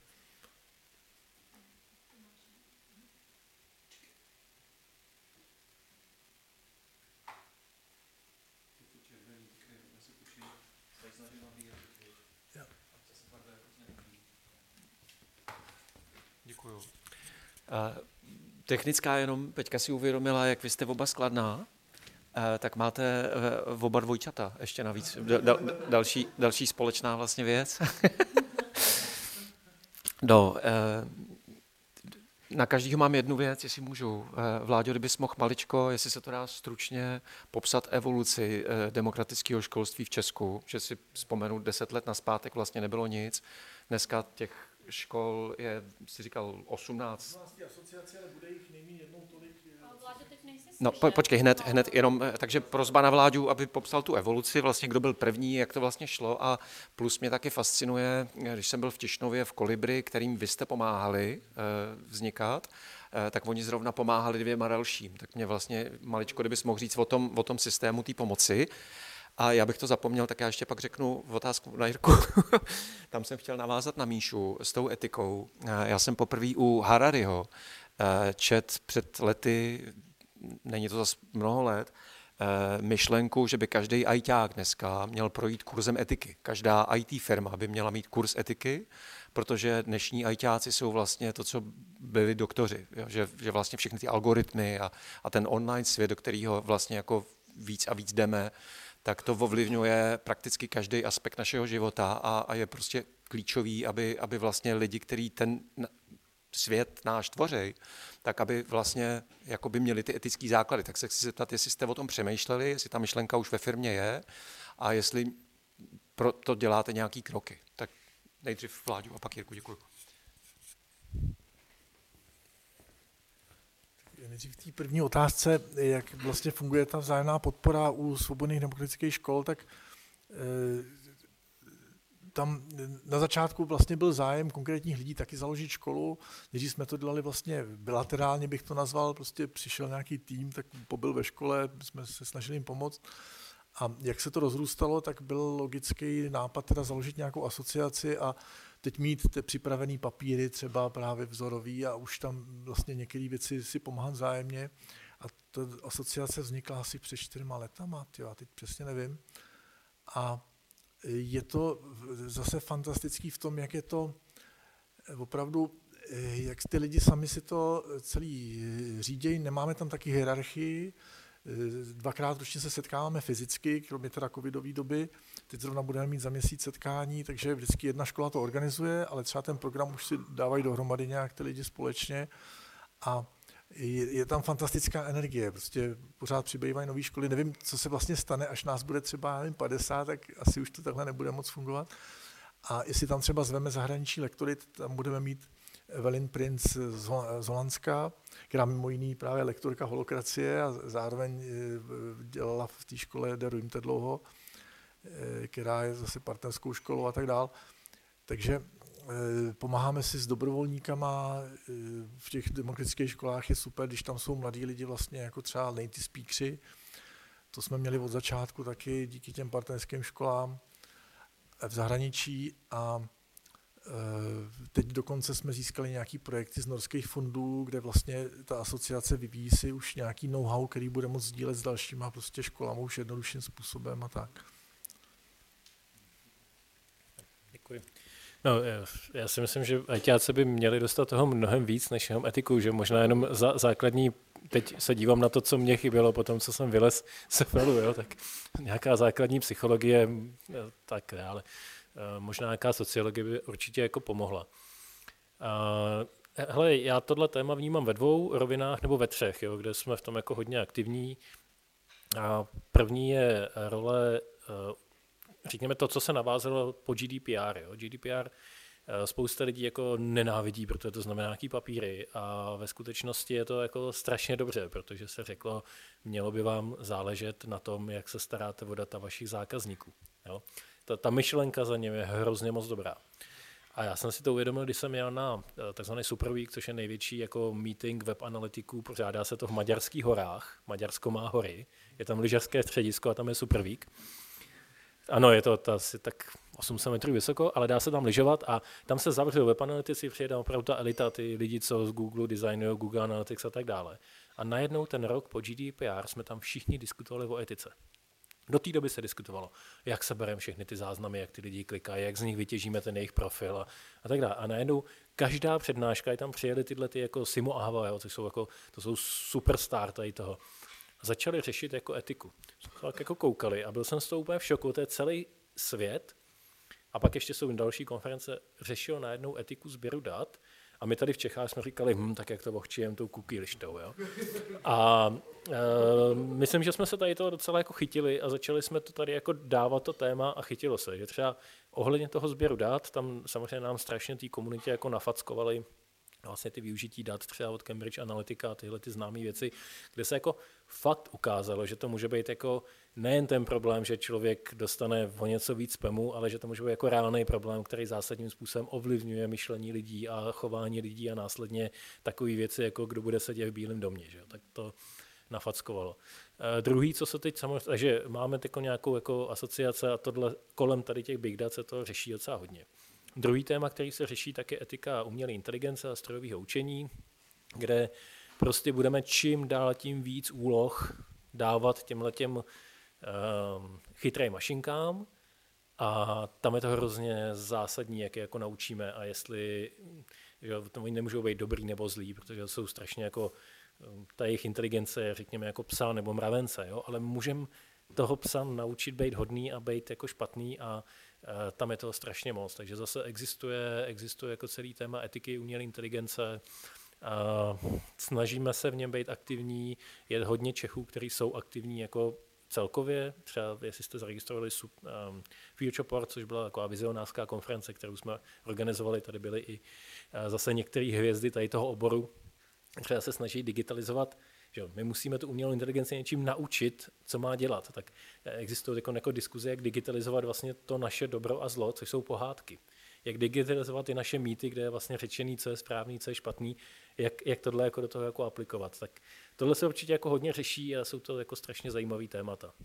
Děkuju. Technická jenom, Peťka si uvědomila, jak vy jste oba skladná, tak máte oba dvojčata, ještě navíc. Další společná vlastně věc. Na každého mám jednu věc, jestli můžu. Vláďo, kdybys mohl maličko, jestli se to dá stručně popsat evoluci demokratického školství v Česku, že si vzpomenu 10 let nazpátek vlastně nebylo nic. Dneska těch škol je, jsi říkal, 18. asociace, ale bude jich nejméně jednou tolik. No, počkej, hned jenom, takže prosba na Vláďu, aby popsal tu evoluci, vlastně kdo byl první, jak to vlastně šlo a plus mě taky fascinuje, když jsem byl v Tišnově v Kolibri, kterým vy jste pomáhali vznikat, tak oni zrovna pomáhali 2 dalším. Tak mě vlastně maličko, kdybys mohl říct o tom systému té pomoci. A já bych to zapomněl, tak já ještě pak řeknu otázku na Jirku. Tam jsem chtěl navázat na Míšu s tou etikou. Já jsem poprvé u Harariho čet před lety, není to zase mnoho let, myšlenku, že by každý ajťák dneska měl projít kurzem etiky. Každá IT firma by měla mít kurz etiky, protože dnešní ajťáci jsou vlastně to, co byli doktoři. Jo? Že vlastně všechny ty algoritmy a ten online svět, do kterého vlastně jako víc a víc jdeme, tak to ovlivňuje prakticky každý aspekt našeho života a je prostě klíčový, aby vlastně lidi, kteří ten svět náš tvoří, tak aby vlastně jakoby měli ty etické základy. Tak se chci zeptat, jestli jste o tom přemýšleli, jestli ta myšlenka už ve firmě je a jestli pro to děláte nějaký kroky. Tak nejdřív Vláďu a pak Jirku, děkuji. Nejdřív v té první otázce, jak vlastně funguje ta vzájemná podpora u svobodných demokratických škol, tak tam na začátku vlastně byl zájem konkrétních lidí taky založit školu. Nejdřív jsme to dělali vlastně bilaterálně, bych to nazval, prostě přišel nějaký tým, tak pobyl ve škole, jsme se snažili jim pomoct. A jak se to rozrůstalo, tak byl logický nápad teda založit nějakou asociaci a teď mít ty připravený papíry, třeba právě vzorový a už tam vlastně některé věci si pomáhat vzájemně. A ta asociace vznikla asi před 4 letama, já teď přesně nevím. A je to zase fantastický v tom, jak je to opravdu, jak ty lidi sami si to celý řídějí, nemáme tam taky hierarchii, 2krát ročně se setkáváme fyzicky, kromě teda covidové doby, teď zrovna budeme mít za měsíc setkání, takže vždycky jedna škola to organizuje, ale třeba ten program už si dávají dohromady nějak ty lidi společně a je tam fantastická energie, prostě pořád přibývají nové školy, nevím, co se vlastně stane, až nás bude třeba 50, tak asi už to takhle nebude moc fungovat. A jestli tam třeba zveme zahraniční lektory, tam budeme mít Evelyn Prince z Holandska, která mimo jiný právě lektorka holokracie a zároveň dělala v té škole De Ruimte dlouho, která je zase partnerskou školou a tak dál. Takže pomáháme si s dobrovolníkama, v těch demokratických školách je super, když tam jsou mladí lidi vlastně jako třeba native speakři. To jsme měli od začátku taky díky těm partnerským školám v zahraničí a teď dokonce jsme získali nějaký projekty z norských fondů, kde vlastně ta asociace vyvíjí si už nějaký know-how, který bude moct sdílet s dalšíma prostě školama už jednodušším způsobem a tak. Děkuji. No, já si myslím, že ajťáci by měli dostat toho mnohem víc než jenom etiku, že možná jenom základní, teď se dívám na to, co mě chybělo po tom, co jsem vylez se felu, jo, tak nějaká základní psychologie, tak ale možná nějaká sociologie by určitě jako pomohla. Hele, já tohle téma vnímám ve 2 rovinách nebo ve 3, jo, kde jsme v tom jako hodně aktivní. A první je role, řekněme to, co se navázalo po GDPR. Jo. GDPR spousta lidí jako nenávidí, protože to znamená nějaký papíry a ve skutečnosti je to jako strašně dobře, protože se řeklo, mělo by vám záležet na tom, jak se staráte o data vašich zákazníků. Jo. Ta myšlenka za něm je hrozně moc dobrá. A já jsem si to uvědomil, když jsem jel na tzv. Super Week, což je největší jako meeting web analytiků, pořádá se to v Maďarských horách. Maďarsko má hory, je tam lyžařské středisko a tam je Super Week. Ano, je to asi tak 800 metrů vysoko, ale dá se tam lyžovat a tam se zavřou web analytici, přijede opravdu ta elita, ty lidi, co z Google designují, Google Analytics a tak dále. A najednou ten rok po GDPR jsme tam všichni diskutovali o etice. Do té doby se diskutovalo, jak se bereme všechny ty záznamy, jak ty lidi klikají, jak z nich vytěžíme ten jejich profil a tak dále. A najednou každá přednáška, tam přijeli tyhle ty jako Simo a Hava, což jsou jako, to jsou superstar tady toho. Začali řešit jako etiku. Tak jako koukali a byl jsem z toho úplně v šoku, to je celý svět. A pak ještě jsou další konference, řešil najednou etiku sběru dat A my tady v Čechách jsme říkali, tak jak to ohčijem tou cookie lištou. Jo? A myslím, že jsme se tady toho docela jako chytili a začali jsme to tady jako dávat to téma a chytilo se, že třeba ohledně toho sběru dat, tam samozřejmě nám strašně té komunitě jako nafackovali vlastně ty využití dat třeba od Cambridge Analytica a tyhle ty známé věci, kde se jako fakt ukázalo, že to může být jako nejen ten problém, že člověk dostane o něco víc spamu, ale že to může být jako reálný problém, který zásadním způsobem ovlivňuje myšlení lidí a chování lidí a následně takové věci, jako kdo bude sedět v Bílém domě. Že? Tak to nafackovalo. Druhý, co se teď samozřejmě, takže máme nějakou jako asociace a tohle kolem tady těch big dat se to řeší docela hodně. Druhý téma, který se řeší, tak je etika umělé inteligence a strojového učení, kde prostě budeme čím dál tím víc úloh dávat těmhletěm chytrým mašinkám a tam je to hrozně zásadní, jak je jako naučíme a jestli, že oni nemůžou být dobrý nebo zlý, protože jsou strašně jako ta jejich inteligence, řekněme jako psa nebo mravence, jo? Ale můžeme toho psa naučit být hodný a být jako špatný a tam je toho strašně moc. Takže zase existuje jako celý téma etiky umělé inteligence. Snažíme se v něm být aktivní. Je hodně Čechů, kteří jsou aktivní jako celkově. Třeba jestli jste zaregistrovali Futureport, což byla taková vizionářská konference, kterou jsme organizovali. Tady byly i zase některé hvězdy tady toho oboru, třeba se snaží digitalizovat. Že my musíme tu umělou inteligenci něčím naučit, co má dělat. Tak existují jako diskuze, jak digitalizovat vlastně to naše dobro a zlo, což jsou pohádky. Jak digitalizovat i naše mýty, kde je vlastně řečený, co je správný, co je špatný, jak tohle jako do toho jako aplikovat. Tak tohle se určitě jako hodně řeší a jsou to jako strašně zajímavý témata.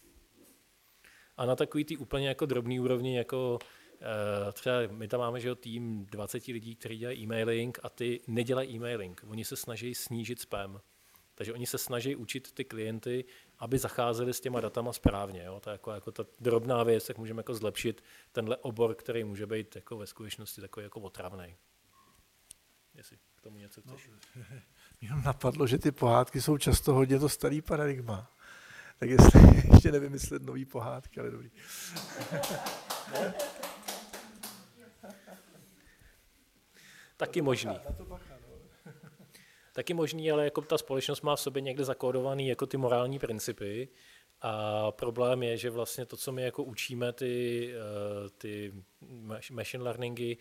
A na takový ty úplně jako drobný úrovni, jako třeba my tam máme že tým 20 lidí, kteří dělají e-mailing a ty nedělají e-mailing. Oni se snaží snížit spam. Takže oni se snaží učit ty klienty, aby zacházeli s těma datama správně. Jo? To je jako ta drobná věc, jak můžeme jako zlepšit tenhle obor, který může být jako ve skutečnosti takový jako otravnej. Jestli k tomu něco chceš. Mě napadlo, že ty pohádky jsou často hodně to starý paradigma. Tak jestli ještě nevymyslet nový pohádky, ale dobrý. Taky možný. Taky možný, ale jako ta společnost má v sobě někde zakódovaný jako ty morální principy a problém je, že vlastně to, co my jako učíme, ty machine learningy,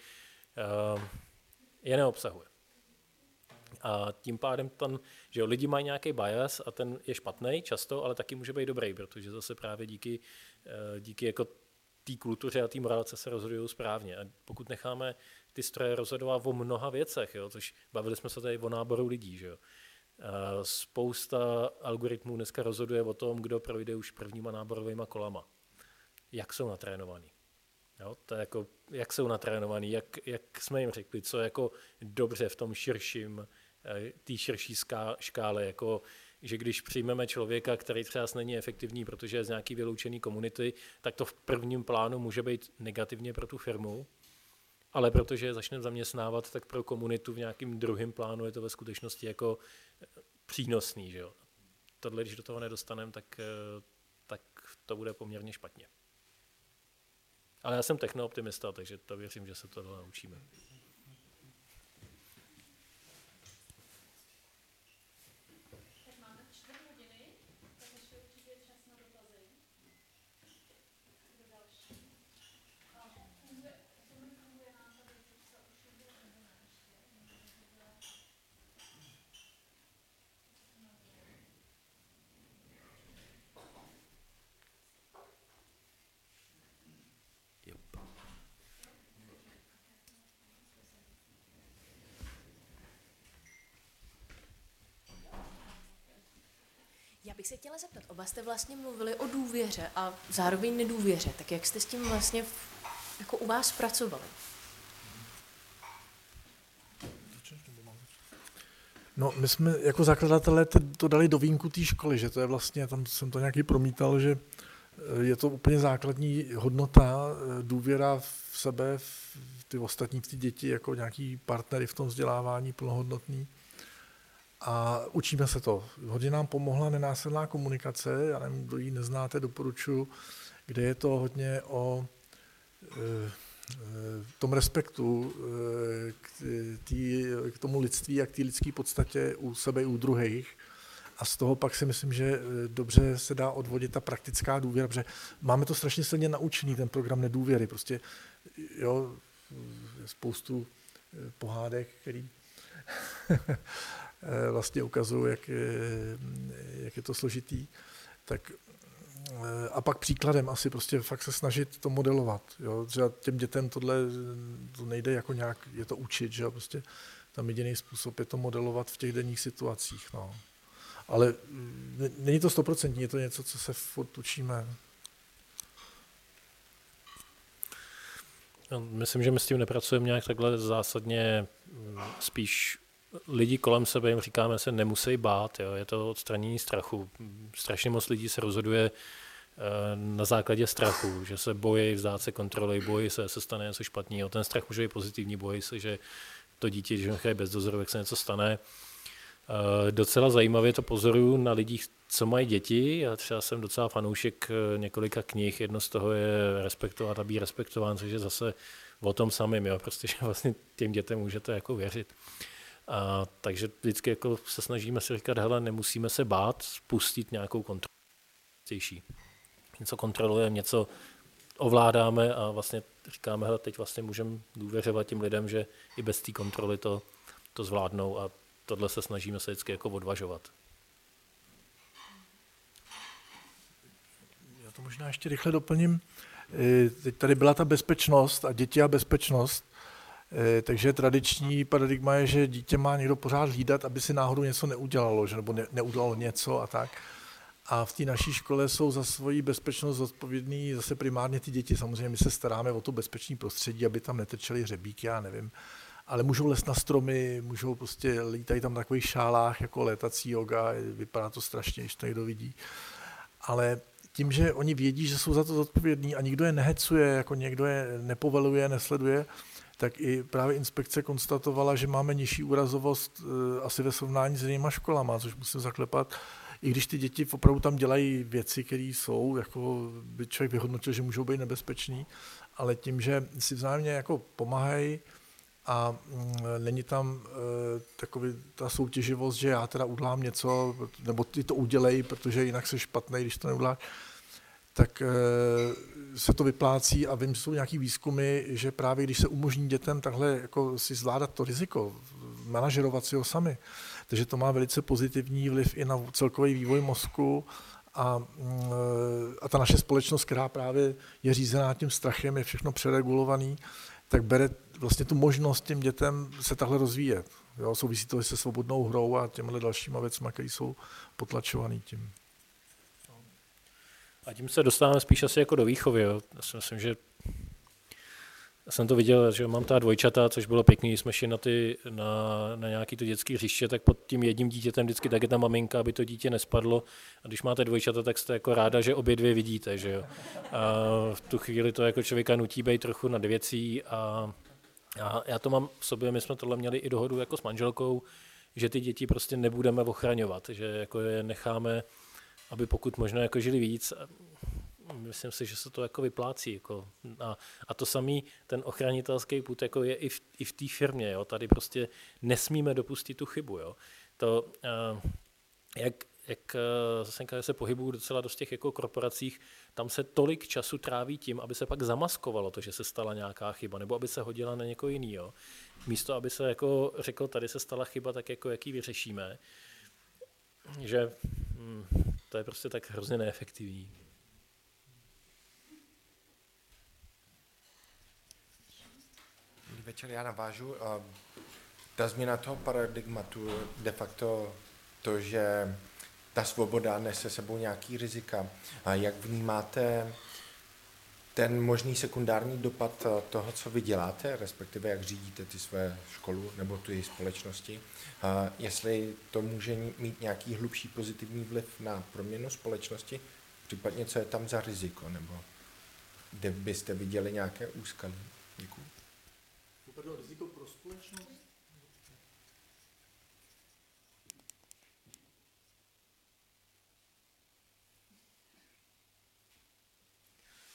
je neobsahuje. A tím pádem tam, že lidi mají nějaký bias a ten je špatný často, ale taky může být dobrý, protože zase právě díky jako té kultuře a té morálce se rozhodují správně. A pokud necháme ty stroje rozhodovat o mnoha věcech, jo, což bavili jsme se tady o náboru lidí, že jo. Spousta algoritmů dneska rozhoduje o tom, kdo projde už prvníma náborovými kolama. Jak jsou natrénovaný. Jo, to je jako, jak jsou natrénovaný, jak jsme jim řekli, co je jako dobře v tom té širší škále, jako že když přijmeme člověka, který třeba není efektivní, protože je z nějaký vyloučený komunity, tak to v prvním plánu může být negativně pro tu firmu, ale protože je začneme zaměstnávat, tak pro komunitu v nějakém druhém plánu je to ve skutečnosti jako přínosný. Že jo? Tohle, když do toho nedostaneme, tak to bude poměrně špatně. Ale já jsem technooptimista, takže to věřím, že se tohle naučíme. Já bych se chtěla zeptat, oba jste vlastně mluvili o důvěře a zároveň nedůvěře, tak jak jste s tím vlastně jako u vás pracovali? No, my jsme jako zakladatelé to dali do vínku té školy, že to je vlastně, tam jsem to nějaký promítal, že je to úplně základní hodnota, důvěra v sebe, v ty ostatní, v ty děti, jako nějaký partnery v tom vzdělávání plnohodnotný. A učíme se to. Hodně nám pomohla nenásilná komunikace, já nevím, kdo ji neznáte, doporučuji, kde je to hodně o v tom respektu k tomu lidství a k té lidské podstatě u sebe i u druhých. A z toho pak si myslím, že dobře se dá odvodit ta praktická důvěra, protože máme to strašně silně naučený, ten program nedůvěry. Prostě jo, spoustu pohádek, který vlastně ukazují, jak je to složitý. Tak a pak příkladem asi prostě fakt se snažit to modelovat. Jo? Třeba těm dětem tohle to nejde jako nějak, je to učit, že jo? Prostě tam jediný způsob je to modelovat v těch denních situacích. No. Ale není to 100%, je to něco, co se furt učíme. Myslím, že my s tím nepracujeme nějak takhle zásadně, spíš lidi kolem sebe jim říkáme, se nemusí bát, jo? Je to odstranění strachu. Strašně moc lidí se rozhoduje na základě strachu, že se bojí vzdát se kontroly, bojí se stane něco špatného. Ten strach může být pozitivní, bojí se, že to dítě, když nechají bez dozoru, jak se něco stane. Docela zajímavě to pozoruju na lidích, co mají děti. Já třeba jsem docela fanoušek několika knih, jedno z toho je Respektovat a být respektován, což je zase o tom samým, jo? Prostě, že vlastně těm dětem můžete jako věřit. Takže vždycky jako se snažíme si říkat, hele, nemusíme se bát spustit nějakou kontrolu. Něco kontrolujeme, něco ovládáme a vlastně říkáme, hele, teď vlastně můžeme důvěřovat těm lidem, že i bez té kontroly to zvládnou a tohle se snažíme se vždycky jako odvažovat. Já to možná ještě rychle doplním. Teď tady byla ta bezpečnost a děti a bezpečnost. Takže tradiční paradigma je, že dítě má někdo pořád hlídat, aby si náhodou něco neudělalo, že, nebo neudělalo něco a tak. A v té naší škole jsou za svoji bezpečnost zodpovědný zase primárně ty děti. Samozřejmě my se staráme o to bezpečné prostředí, aby tam netrčely hřebíky, já nevím. Ale můžou lézt na stromy, můžou prostě lítají tam na takových šálách jako létací joga, vypadá to strašně, když to někdo vidí. Ale tím, že oni vědí, že jsou za to zodpovědní a nikdo je nehecuje, jako někdo je nepoveluje, nesleduje, tak i právě inspekce konstatovala, že máme nižší úrazovost asi ve srovnání s jinýma školama, což musím zaklepat. I když ty děti opravdu tam dělají věci, které jsou, jako by člověk vyhodnotil, že můžou být nebezpečný, ale tím, že si vzájemně jako pomáhají a není tam takový ta soutěživost, že já teda udělám něco, nebo ty to udělej, protože jinak jsi špatný, když to neuděláš, tak se to vyplácí a vím, že jsou nějaký výzkumy, že právě když se umožní dětem takhle jako si zvládat to riziko, manažerovat si ho sami, takže to má velice pozitivní vliv i na celkový vývoj mozku a ta naše společnost, která právě je řízená tím strachem, je všechno přeregulovaný, tak bere vlastně tu možnost těm dětem se takhle rozvíjet. Jo, souvisí to se svobodnou hrou a těmhle dalšíma věcma, které jsou potlačovaný tím. A tím se dostáváme spíš asi jako do výchovy. Jo. Já si myslím, že já jsem to viděl, že mám ta dvojčata, což bylo pěkný, když jsme šli na nějaký to dětský hřiště, tak pod tím jedním dítětem vždycky tak je ta maminka, aby to dítě nespadlo. A když máte dvojčata, tak jste jako ráda, že obě dvě vidíte. Že jo. A v tu chvíli to jako člověka nutí být trochu nad věcí a já to mám v sobě, my jsme tohle měli i dohodu jako s manželkou, že ty děti prostě nebudeme ochraňovat, že jako je necháme, aby pokud možno jako žili víc. Myslím si, že se to jako vyplácí. Jako. A to samý, ten ochranitelský put jako je i v té firmě. Jo. Tady prostě nesmíme dopustit tu chybu. Jo. To, jak se pohybuju docela dost těch jako korporacích, tam se tolik času tráví tím, aby se pak zamaskovalo to, že se stala nějaká chyba, nebo aby se hodila na někoho jiného. Místo, aby se jako řekl, tady se stala chyba, tak jako jak ji vyřešíme. Že to je prostě tak hrozně neefektivní. Večer já navážu. Ta změna toho paradigmatu, de facto to, že ta svoboda nese sebou nějaký rizika. A jak vnímáte ten možný sekundární dopad toho, co vy děláte, respektive jak řídíte ty své školu nebo tu její společnosti, jestli to může mít nějaký hlubší pozitivní vliv na proměnu společnosti, případně co je tam za riziko, nebo kde byste viděli nějaké úskalí? Děkuji. Riziko pro společnost?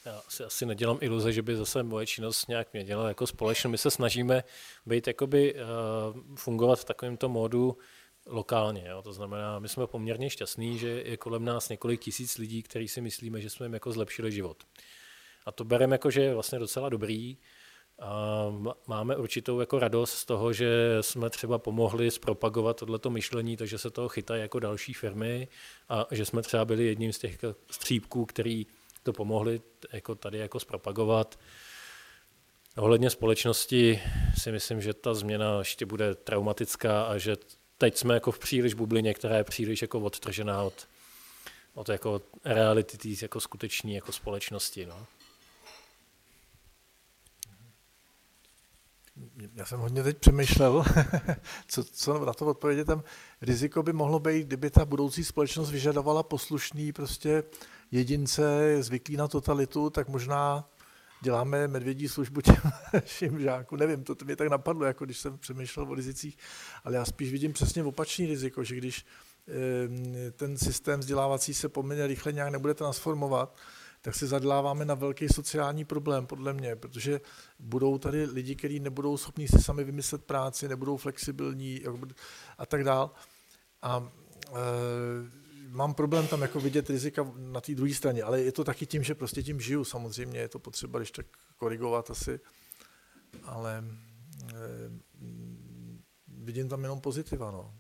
Já si asi nedělám iluze, že by zase moje činnost nějak měnila jako společnost. My se snažíme být jakoby, fungovat v takovémto módu lokálně. Jo? To znamená, my jsme poměrně šťastní, že je kolem nás několik tisíc lidí, kteří si myslíme, že jsme jim jako zlepšili život. A to bereme jako, že je vlastně docela dobrý. A máme určitou jako radost z toho, že jsme třeba pomohli zpropagovat tohleto myšlení, takže se toho chytají jako další firmy a že jsme třeba byli jedním z těch střípků, který to pomohli jako tady jako zpropagovat. Ohledně společnosti si myslím, že ta změna ještě bude traumatická a že teď jsme jako v příliš bublině, která je příliš jako odtržená od jako reality té jako skuteční jako společnosti. No. Já jsem hodně teď přemýšlel, co na to odpovědět. Tam riziko by mohlo být, kdyby ta budoucí společnost vyžadovala poslušný prostě jedince, zvyklý na totalitu, tak možná děláme medvědí službu těm žákům. Nevím, to mě tak napadlo, jako když jsem přemýšlel o rizicích, ale já spíš vidím přesně opačný riziko, že když ten systém vzdělávací se poměrně rychle nějak nebude transformovat, tak se zadláváme na velký sociální problém, podle mě, protože budou tady lidi, kteří nebudou schopni si sami vymyslet práci, nebudou flexibilní a tak dál. A mám problém tam jako vidět rizika na té druhé straně, ale je to taky tím, že prostě tím žiju, samozřejmě je to potřeba, když tak korigovat asi, ale vidím tam jenom pozitiva, no.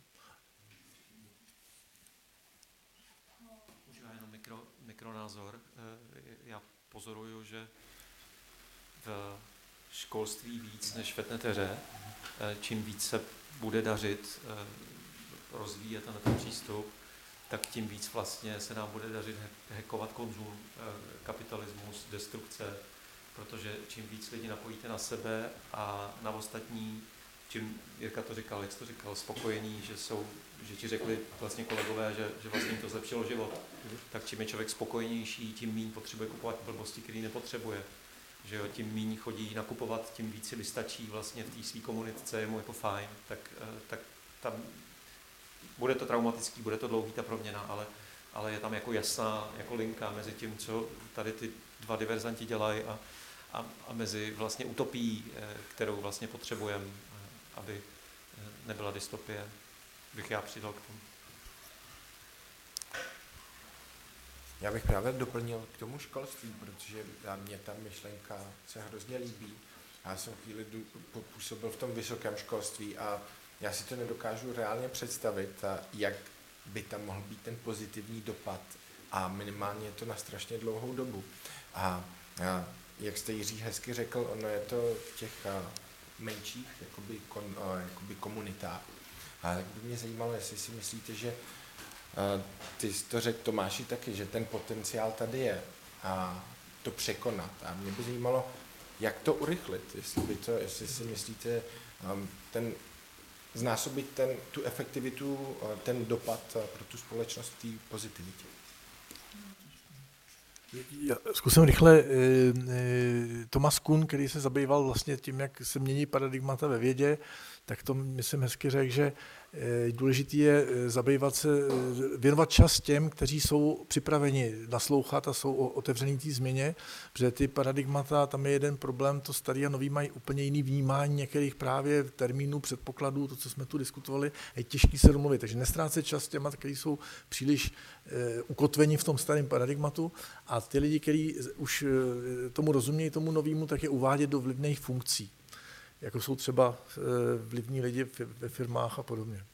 Možná jenom mikronázor. Já pozoruju, že v školství víc než v etneteře, čím víc se bude dařit rozvíjet ten přístup, tak tím víc vlastně se nám bude dařit hackovat konzum, kapitalismus, destrukce, protože čím víc lidí napojíte na sebe a na ostatní, čím Jirka to říkal, jak to říkal, spokojení, že ti řekli vlastně kolegové, že vlastně jim to zlepšilo život, tak čím je člověk spokojenější, tím méně potřebuje kupovat blbosti, který nepotřebuje. Že jo, tím méně chodí nakupovat, tím víc si vystačí vlastně v té své komunitce, je mu jako fajn, tak tam bude to traumatický, bude to dlouhý ta proměna, ale je tam jako jasná jako linka mezi tím, co tady ty dva diverzanti dělají a mezi vlastně utopií, kterou vlastně potřebujeme, aby nebyla dystopie, bych já přidal k tomu. Já bych právě doplnil k tomu školství, protože mě ta myšlenka se hrozně líbí. Já jsem chvíli působil v tom vysokém školství a já si to nedokážu reálně představit, jak by tam mohl být ten pozitivní dopad a minimálně je to na strašně dlouhou dobu. A jak jste Jiří hezky řekl, ono je to v těch menších jakoby komunitách. A tak by mě zajímalo, jestli si myslíte, že ty jsi to řekl Tomáši taky, že ten potenciál tady je a to překonat. A mě by zajímalo, jak to urychlit, jestli si myslíte znásobit tu efektivitu, ten dopad pro tu společnost v té pozitivitě. Já zkusím rychle. Thomas Kuhn, který se zabýval vlastně tím, jak se mění paradigmata ve vědě, tak to myslím hezky řekl, že důležitý je věnovat čas těm, kteří jsou připraveni naslouchat a jsou otevřený té změně, protože ty paradigmata, tam je jeden problém, to starý a nový mají úplně jiný vnímání některých právě termínů, předpokladů, to, co jsme tu diskutovali, je těžký se domluvit, takže nestrácet čas těma, kteří jsou příliš ukotveni v tom starém paradigmatu a ty lidi, kteří už tomu rozumějí, tomu novému, tak je uvádět do vlivných funkcí, jako jsou třeba vlivní lidi ve firmách a podobně.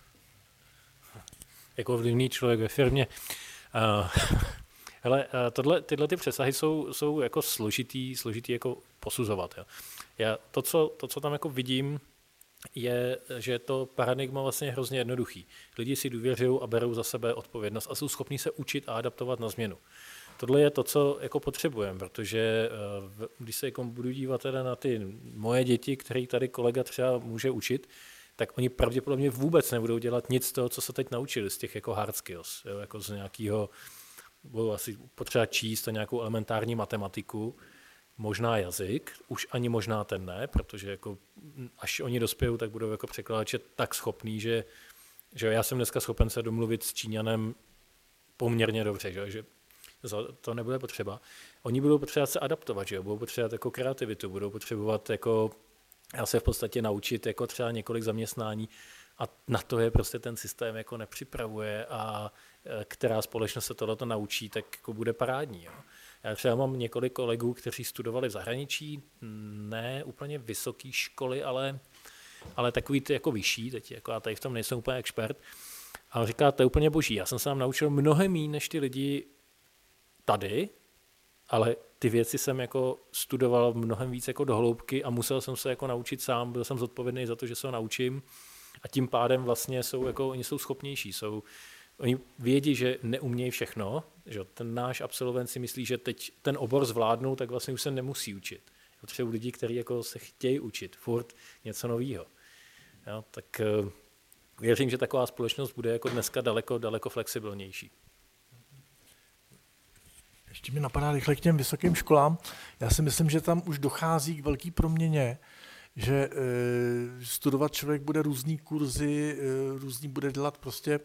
Jako vlivný člověk ve firmě. Hele, tyhle ty přesahy jsou jako složitý jako posuzovat. Jo. To, co tam jako vidím, je, že to paradigma vlastně je hrozně jednoduchý. Lidi si důvěřují a berou za sebe odpovědnost a jsou schopní se učit a adaptovat na změnu. Tohle je to, co jako potřebujeme, protože když se jako budu dívat teda na ty moje děti, které tady kolega třeba může učit, tak oni pravděpodobně vůbec nebudou dělat nic z toho, co se teď naučili, z těch jako hard skills, jo, jako z nějakého, budou asi potřeba číst a nějakou elementární matematiku, možná jazyk, už ani možná ten ne, protože jako až oni dospějou, tak budou jako překladače tak schopný, že já jsem dneska schopen se domluvit s Číňanem poměrně dobře, že to nebude potřeba. Oni budou potřebovat se adaptovat, že jo? Budou potřebovat jako kreativitu, budou potřebovat jako já se v podstatě naučit jako třeba několik zaměstnání a na to je prostě ten systém jako nepřipravuje a která společnost se tohleto naučí, tak jako bude parádní. Jo. Já třeba mám několik kolegů, kteří studovali v zahraničí, ne úplně vysoké školy, ale takový ty jako vyšší, teď jako já tady v tom nejsem úplně expert, ale říká, to je úplně boží. Já jsem se tam naučil mnohem méně než ty lidi tady, ale ty věci jsem jako studoval mnohem víc jako do hloubky a musel jsem se jako naučit sám, byl jsem zodpovědný za to, že se ho naučím a tím pádem vlastně oni jsou schopnější, oni vědí, že neumějí všechno, že ten náš absolvent si myslí, že teď ten obor zvládnou, tak vlastně už se nemusí učit. Potřebují lidi, kteří jako se chtějí učit, furt něco nového. Tak věřím, že taková společnost bude jako dneska daleko flexibilnější. Ještě mi napadá rychle k těm vysokým školám. Já si myslím, že tam už dochází k velké proměně, že studovat člověk bude různý kurzy, různý bude dělat prostě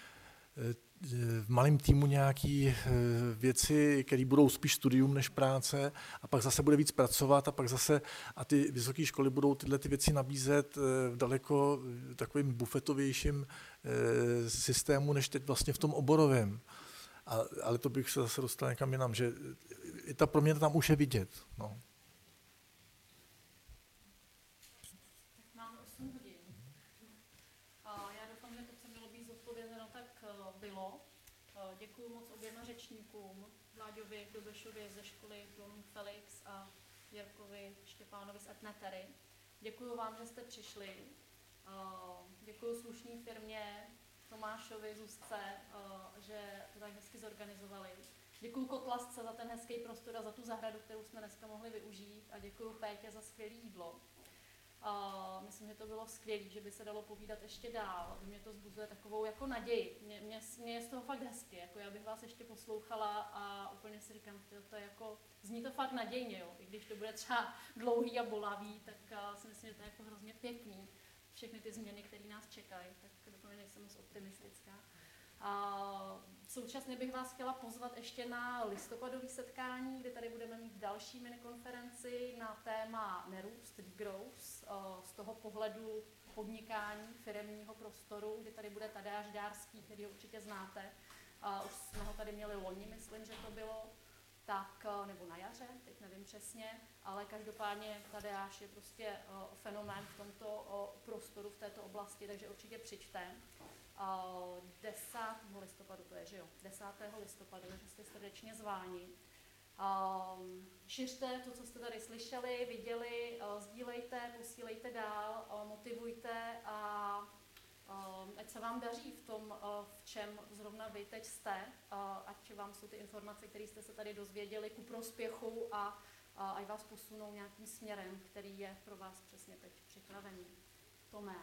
v malém týmu nějaké věci, které budou spíš studium než práce a pak zase bude víc pracovat a ty vysoké školy budou tyhle ty věci nabízet v daleko takovým bufetovějším systému, než teď vlastně v tom oborovém. Ale to bych se zase dostal někam jinam, že ta proměna tam už je vidět. No. Máme 8 hodin. Já doufám, že to, co mělo být zodpovězeno, tak bylo. Děkuji moc oběma řečníkům, Vláďovi Dobešovi ze školy Blum Felix a Jirkovi Štěpánovi z Etnetery. Děkuji vám, že jste přišli. Děkuji slušné firmě Tomášovi, Zuzce, že to tak hezky zorganizovali. Děkuji Kotlasce za ten hezký prostor a za tu zahradu, kterou jsme dneska mohli využít a děkuji Pétě za skvělé jídlo. Myslím, že to bylo skvělé, že by se dalo povídat ještě dál. Mě to vzbuzuje takovou jako naději. Mě je z toho fakt hezky. Jako já bych vás ještě poslouchala a úplně si říkám, to je jako, zní to fakt nadějně, jo. I když to bude třeba dlouhý a bolavý, tak si myslím, že to je jako hrozně pěkný. Všechny ty změny, které nás čekají, tak dokonce nejsem moc optimistická. Současně bych vás chtěla pozvat ještě na listopadové setkání, kde tady budeme mít další minikonferenci na téma nerůst, degrowth, z toho pohledu podnikání, firemního prostoru, kdy tady bude Tadeáš Dárský, který ho určitě znáte. Už jsme ho tady měli loni, myslím, že to bylo, tak, nebo na jaře, teď nevím přesně, ale každopádně Tadeáš je prostě fenomén v tomto prostoru, v této oblasti, takže určitě přijďte. 10. listopadu to je, že jo? 10. listopadu, takže jste srdečně zváni. Šiřte to, co jste tady slyšeli, viděli, sdílejte, posílejte dál, motivujte a ať se vám daří v tom, v čem zrovna vy teď jste, ať vám jsou ty informace, které jste se tady dozvěděli, ku prospěchu a ať vás posunou nějakým směrem, který je pro vás přesně teď připravený. Tomé.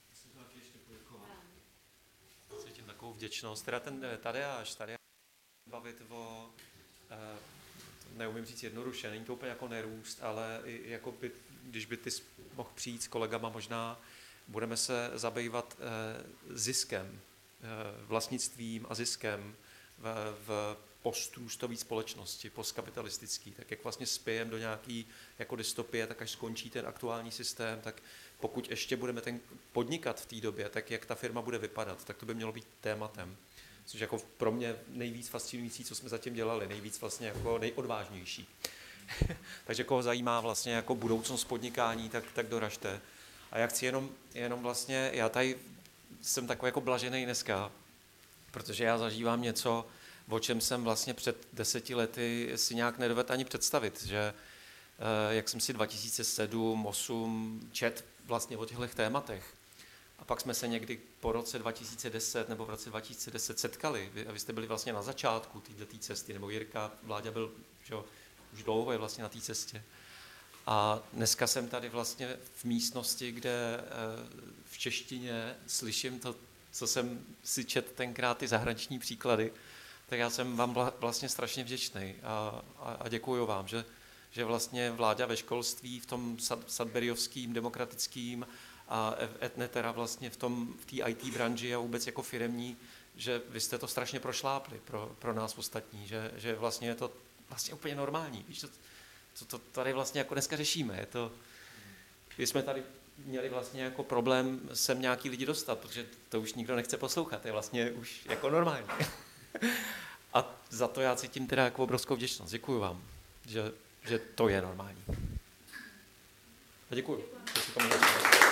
Cítím takovou vděčnost. Teda ten Tadeáš bavit o, neumím říct jednoduše, není to úplně jako nerůst, ale jako by, když by ty mohl přijít s kolegama možná, budeme se zabývat ziskem, vlastnictvím a ziskem v postrůstové společnosti, postkapitalistický, tak jak vlastně spějem do nějaký jako dystopie, tak až skončí ten aktuální systém, tak pokud ještě budeme podnikat v té době, tak jak ta firma bude vypadat, tak to by mělo být tématem. Což jako pro mě nejvíc fascinující, co jsme zatím dělali, nejvíc vlastně jako nejodvážnější. Takže koho zajímá vlastně jako budoucnost podnikání, tak doražte. A já chci jenom vlastně, já tady jsem takový jako blažený dneska, protože já zažívám něco, o čem jsem vlastně před 10 lety si nějak nedovedl ani představit, že jak jsem si 2007-2008 čet vlastně o těchto tématech. A pak jsme se někdy po roce 2010 nebo v roce 2010 setkali. Vy jste byli vlastně na začátku této cesty, nebo Jirka, Vláďa byl, že už dlouho je vlastně na té cestě. A dneska jsem tady vlastně v místnosti, kde v češtině slyším to, co jsem si čet tenkrát, ty zahraniční příklady, tak já jsem vám vlastně strašně vděčný a děkuju vám, že vlastně Vláďa ve školství, v tom sudburyovským, demokratickým a Etnetera vlastně v té IT branži a vůbec jako firemní že vy jste to strašně prošlápli pro nás ostatní, že vlastně je to vlastně úplně normální. Víš, co to tady vlastně jako dneska řešíme. Je to, my jsme tady měli vlastně jako problém sem nějaký lidi dostat, protože to už nikdo nechce poslouchat, je vlastně už jako normální. A za to já cítím teda jako obrovskou vděčnost. Děkuju vám, že to je normální. A děkuju.